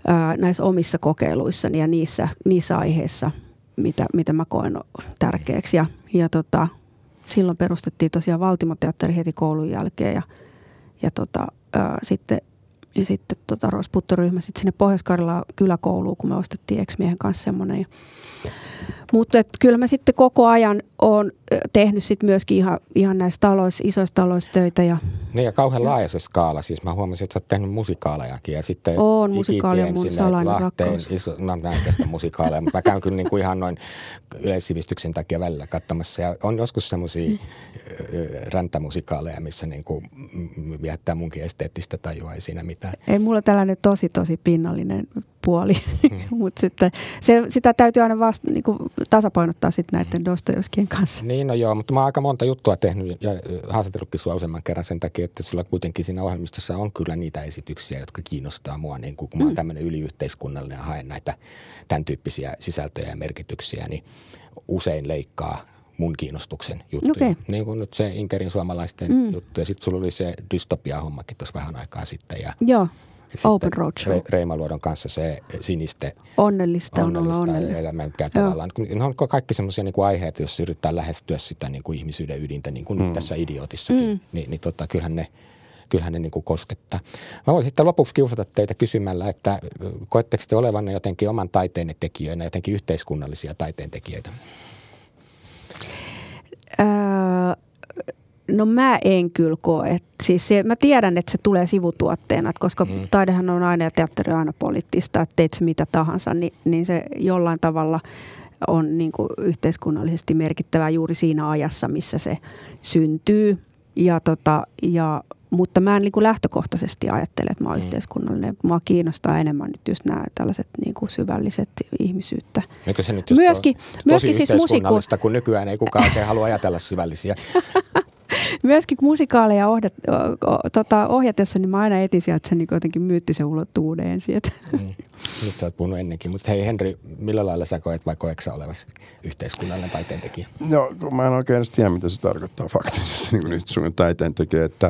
ää, näissä omissa kokeiluissani ja niissä, niissä aiheissa, mitä, mitä mä koen tärkeäksi. Ja, ja tota, silloin perustettiin tosiaan Valtimoteatteri heti koulun jälkeen ja, ja tota, ää, sitten, ja sitten tota, Rosputto-ryhmä sitten sinne Pohjois-Karjalaan kyläkouluun, kun me ostettiin ex-miehen kanssa semmoinen. Mutta kyllä mä sitten koko ajan oon tehnyt sit myöskin ihan, ihan näissä taloissa, isoissa taloissa töitä. Ja, niin ja kauhean laaja se skaala. Siis mä huomasin, että sä oot tehnyt musikaalejakin ja sitten on musikaaleja mun salainen Lahteen, rakkaus. Iso, no näin kestä musikaaleja, mutta mä käyn kyllä niin kuin ihan noin yleissivistyksen takia välillä katsomassa. Ja on joskus semmoisia mm. räntämusikaaleja, missä niin kuin viettää munkin esteettistä tajua, ei siinä mitään. Ei mulla tällainen tosi tosi pinnallinen puoli, mm. mutta sitten se, sitä täytyy aina vasta niin kuin tasapainottaa sitten näiden mm. Dostojevskien kanssa. Niin no joo, mutta mä oon aika monta juttua tehnyt ja haastatellutkin sua useamman kerran sen takia, että sulla kuitenkin siinä ohjelmistossa on kyllä niitä esityksiä, jotka kiinnostaa mua, niin kun, kun mä oon tämmöinen yliyhteiskunnallinen ja haen näitä tämän tyyppisiä sisältöjä ja merkityksiä, niin usein leikkaa mun kiinnostuksen juttuja. Okay. Niin kuin nyt se Inkerin suomalaisten mm. juttu ja sitten sulla oli se dystopia-hommakin tuossa vähän aikaa sitten. Ja joo. Open Road Show. Reima Luodon kanssa se siniste. Onnellista, onnellista on olla onnellinen. Elämänkään tavallaan. Ne on kaikki semmoisia niin kuin aiheita, jos yrittää lähestyä sitä niin kuin ihmisyyden ydintä, niin kuin mm. tässä Idiotissakin, mm. niin, niin tota, kyllähän ne, kyllähän ne niin kuin koskettaa. Mä voisin sitten lopuksi kiusata teitä kysymällä, että koetteko te olevanne jotenkin oman taiteenne tekijöinä, jotenkin yhteiskunnallisia taiteentekijöitä? Öö, No mä en kyllä koe. Siis se, mä tiedän, että se tulee sivutuotteena, että koska mm. taidehan on aina ja teatteri on aina poliittista, että teet se mitä tahansa, niin, niin se jollain tavalla on niin kuin yhteiskunnallisesti merkittävää juuri siinä ajassa, missä se syntyy. Ja tota, ja, mutta mä en niin kuin lähtökohtaisesti ajattele, että mä oon mm. yhteiskunnallinen. Mua kiinnostaa enemmän nyt just nämä tällaiset niin kuin syvälliset ihmisyyttä. Eikö se nyt just myöskin, tosi myöskin siis yhteiskunnallista, musiku- kun nykyään ei kukaan oikein halua ajatella syvällisiä? Myöskin musikaaleja ohjat, tota, ohjatessa, niin mä aina etin sieltä sen niin jotenkin myyttisen ulottuvuuden ensin. Mm. Mistä sä oot puhunut ennenkin. Mutta hei Henri, millä lailla sä koet vai koetko sä olevasi yhteiskunnallinen taiteentekijä? No, mä en oikein edes tiedä, mitä se tarkoittaa faktisesti niin kuin nyt sun taiteentekijä. Että,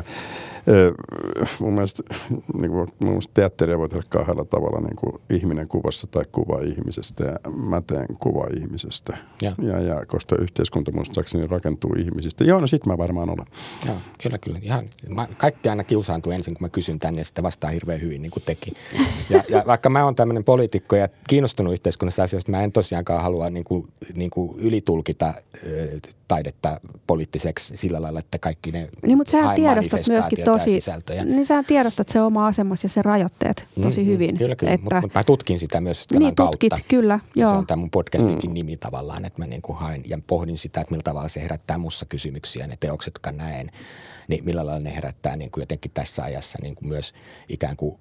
mun mielestä, niin kuin, mun mielestä teatteria voi tehdä kahdella tavalla, niin kuin ihminen kuvassa tai kuva ihmisestä, ja mä teen kuva ihmisestä. Ja, ja, ja koska yhteiskunta muistaakseni rakentuu ihmisistä. Joo, no sit mä varmaan olen. Joo, kyllä, kyllä. Ihan, mä, kaikki aina kiusaantuu ensin, kun mä kysyn tänne, ja sitten vastaa hirveän hyvin, niin kuin teki. Ja, ja vaikka mä oon tämmöinen poliitikko ja kiinnostunut yhteiskunnasta asioista, mä en tosiaankaan halua niin kuin, niin kuin ylitulkita ö, taidetta poliittiseksi sillä lailla, että kaikki ne niin, mutta sähän tiedostat myöskin tosi, niin sähän tiedostat se oma asemasi ja sen rajoitteet tosi mm, hyvin. Kyllä, kyllä, että, mutta mä tutkin sitä myös tämän niin, tutkit, kautta. Kyllä, joo. Se on tämä mun podcastinkin mm. nimi tavallaan, että mä niin kuin haen ja pohdin sitä, että millä tavalla se herättää mussa kysymyksiä, ne teokset, jotka näen, niin millä lailla ne herättää niin kuin jotenkin tässä ajassa niin kuin myös ikään kuin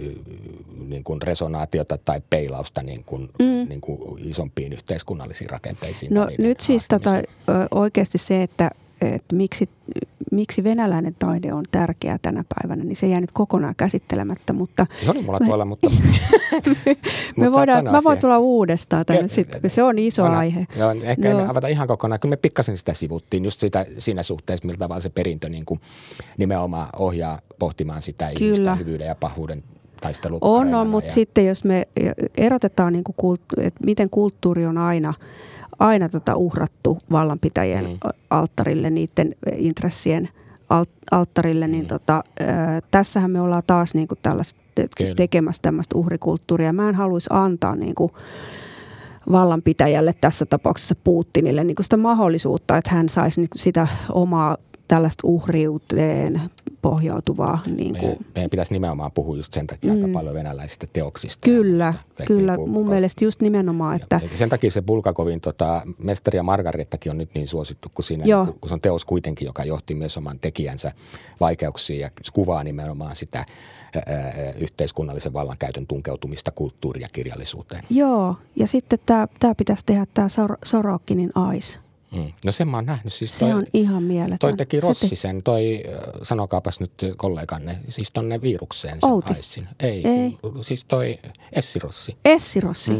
niin kuin resonaatiota tai peilausta niin kuin, mm. niin kuin isompiin yhteiskunnallisiin rakenteisiin. No nyt siis tota, oikeasti se, että, että miksi, miksi venäläinen taide on tärkeää tänä päivänä, niin se jää nyt kokonaan käsittelemättä. Mutta se oli mulla tuolla, mutta me, me voidaan, mä voin tulla uudestaan tänne sitten, se on iso no, aihe. Joo, ehkä no. me avata ihan kokonaan. Kyllä me pikkasen sitä sivuttiin just sitä, siinä suhteessa, miltä tavalla se perintö niin kuin nimenomaan ohjaa pohtimaan sitä Kyllä. ihmistä hyvyyden ja pahuuden taistelua. On, on, mutta ja sitten jos me erotetaan, niin kuin, että miten kulttuuri on aina, aina tota uhrattu vallanpitäjien mm. alttarille, niiden intressien alttarille, mm. niin tota, äh, tässähän me ollaan taas niin kuin tällaista te- tekemässä tämmöistä uhrikulttuuria. Mä en haluaisi antaa niin kuin vallanpitäjälle, tässä tapauksessa Putinille, niin kuin sitä mahdollisuutta, että hän saisi niin kuin sitä omaa tällaista uhriuteen pohjautuvaa. Niin kuin. Meidän, meidän pitäisi nimenomaan puhua just sen takia mm. aika paljon venäläisistä teoksista. Kyllä, kyllä. Niin mun mielestä just nimenomaan, että ja sen takia se Bulgakovin tota, Mestari ja Margarettakin on nyt niin suosittu, kun, siinä, niin, kun se on teos kuitenkin, joka johti myös oman tekijänsä vaikeuksiin ja kuvaa nimenomaan sitä ää, yhteiskunnallisen vallankäytön tunkeutumista kulttuuri- ja kirjallisuuteen. Joo, ja sitten tämä pitäisi tehdä tämä Sor- Sorokinin Ais. Mm. No sen mä oon nähnyt. Siis se toi, on ihan mieletön. Toi teki Rossisen, toi, sanokaapas nyt kolleganne, siis tonne Virukseen sen Outi. Aisin. Ei, Ei, siis toi Essi Rossi. Essi Rossi. Okay.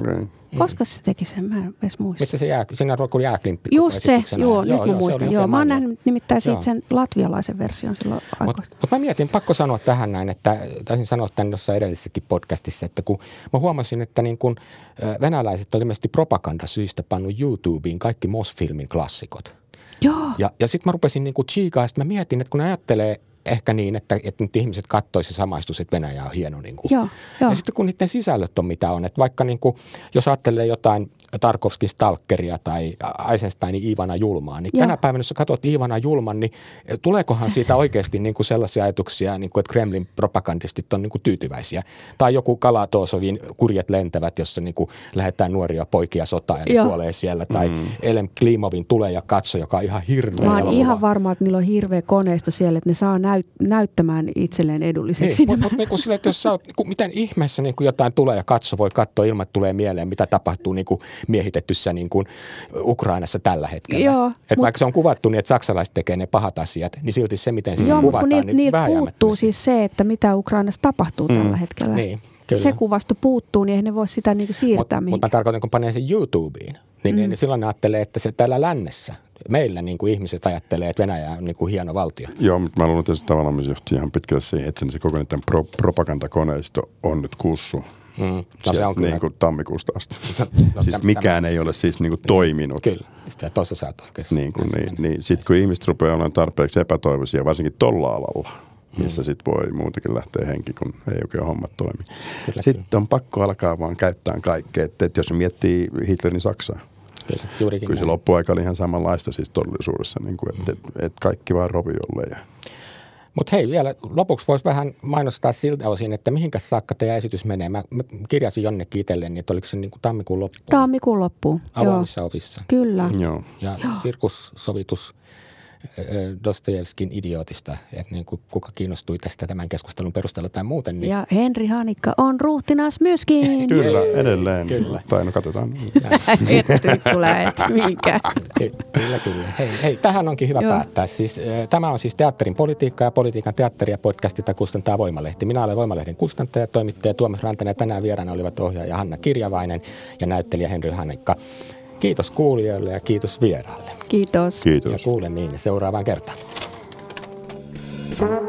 Koska se teki sen? Mä en edes muista. Missä se jää? Siinä on joku jääklimppi. Just se, joo, nyt mä muistan. Joo, mä oon nähnyt nimittäin siitä joo. sen latvialaisen version silloin aikoina. Mutta mut mä mietin, pakko sanoa tähän näin, että taisin sanoa tämän jossain edellisessäkin podcastissa, että kun mä huomasin, että niin kun venäläiset on ilmeisesti propagandasyistä pannut YouTubeen kaikki Mos-filmin klassikot. Joo. Ja, ja sitten mä rupesin niin kuin tsiikaa, ja sitten mä mietin, että kun ajattelee ehkä niin, että, että nyt ihmiset kattoisivat ja samaistuisivat, että Venäjä on hieno. Niin kuin. Joo, joo. Ja sitten kun niiden sisällöt on mitä on, että vaikka niin kuin, jos ajattelee jotain Tarkovskin Stalkeria tai Eisensteinin Iivana Julmaa, niin joo. tänä päivänä, jos sä katsot Iivana Julman, niin tuleekohan siitä oikeasti niin kuin sellaisia ajatuksia, niin kuin, että Kremlin propagandistit on niin kuin tyytyväisiä. Tai joku Kalatozovin Kurjet lentävät, jossa niin kuin lähdetään nuoria poikia sotaan ja ne kuolee siellä. Tai mm. Elem Klimovin Tule ja katso, joka on ihan hirveä. Mä oon ihan varma, että niillä on hirveä koneisto siellä, että ne saa näyt- näyttämään itselleen edulliseksi. Niin, mutta niin sille, että jos sä oot, niin kuin, miten ihmeessä niin kuin jotain Tulee ja katso, voi katsoa ilman, että tulee mieleen, mitä tapahtuu niin kuin miehitettyssä niin kuin Ukrainassa tällä hetkellä. Joo, että mut, vaikka se on kuvattu niin, että saksalaiset tekee ne pahat asiat, niin silti se, miten siinä joo, kuvataan, niiltä, niin niiltä puuttuu siis se, että mitä Ukrainassa tapahtuu mm. tällä hetkellä. Niin, kyllä. Se kuvasto puuttuu, niin eihän ne voi sitä niin kuin siirtää Mutta mihinkään. mut mä tarkoitan, kun panee sen YouTubeen, niin, mm. niin silloin ne ajattelee, että se täällä lännessä, meillä niin kuin ihmiset ajattelee, että Venäjä on niin kuin hieno valtio. Joo, mutta mä luulen, että se tavallaan myös johtuu ihan pitkälle siihen, että se koko niiden pro- propagandakoneisto on nyt kussu. Mm. No se on kyllä. Niin kuin tammikuusta asti. No, siis täm, mikään täm, ei ole siis niin kuin toiminut. Kyllä, sitä tuossa sä oot oikeassa. Niin, niin, niin sitten kun ihmiset rupeaa olemaan tarpeeksi epätoivoisia, varsinkin tolla alalla, missä mm. sitten voi muutakin lähteä henki, kun ei oikein hommat toimi. Kyllä, sitten kyllä. on pakko alkaa vaan käyttää kaikkea, että, että jos miettii Hitlerin Saksaa, kyllä, juurikin kyllä se loppuaika oli ihan samanlaista siis todellisuudessa, niin kuin, että, että, että kaikki vaan roviolle ja... Mutta hei, vielä lopuksi voisi vähän mainostaa siltä osin, että mihinkäs saakka teidän esitys menee. Mä, mä kirjasin jonnekin itselleni, että oliko se niin kuin tammikuun loppuun? Tammikuun loppuun, Avoimissa ovissa. Kyllä. Joo. Ja Joo. sirkussovitus Dostojevskin Idiootista, että niin kuin kuka kiinnostui tästä tämän keskustelun perusteella tai muuten. Niin... Ja Henri Hanikka on ruhtinas myöskin. Kyllä, edelleen. Kyllä. Tai no katsotaan. Et nyt tulee, et mihinkään. Kyllä, kyllä. Hei, hei, tähän onkin hyvä Joo. päättää. Siis, äh, tämä on siis Teatterin politiikka ja politiikan teatteria podcast, jota kustantaa Voimalehti. Minä olen Voimalehden kustantaja, toimittaja Tuomas Rantanen ja tänään vieraana olivat ohjaaja Hanna Kirjavainen ja näyttelijä Henri Hanikka. Kiitos kuulijoille ja kiitos vieraalle. Kiitos. Kiitos. Ja kuulen niin seuraavaan kertaan.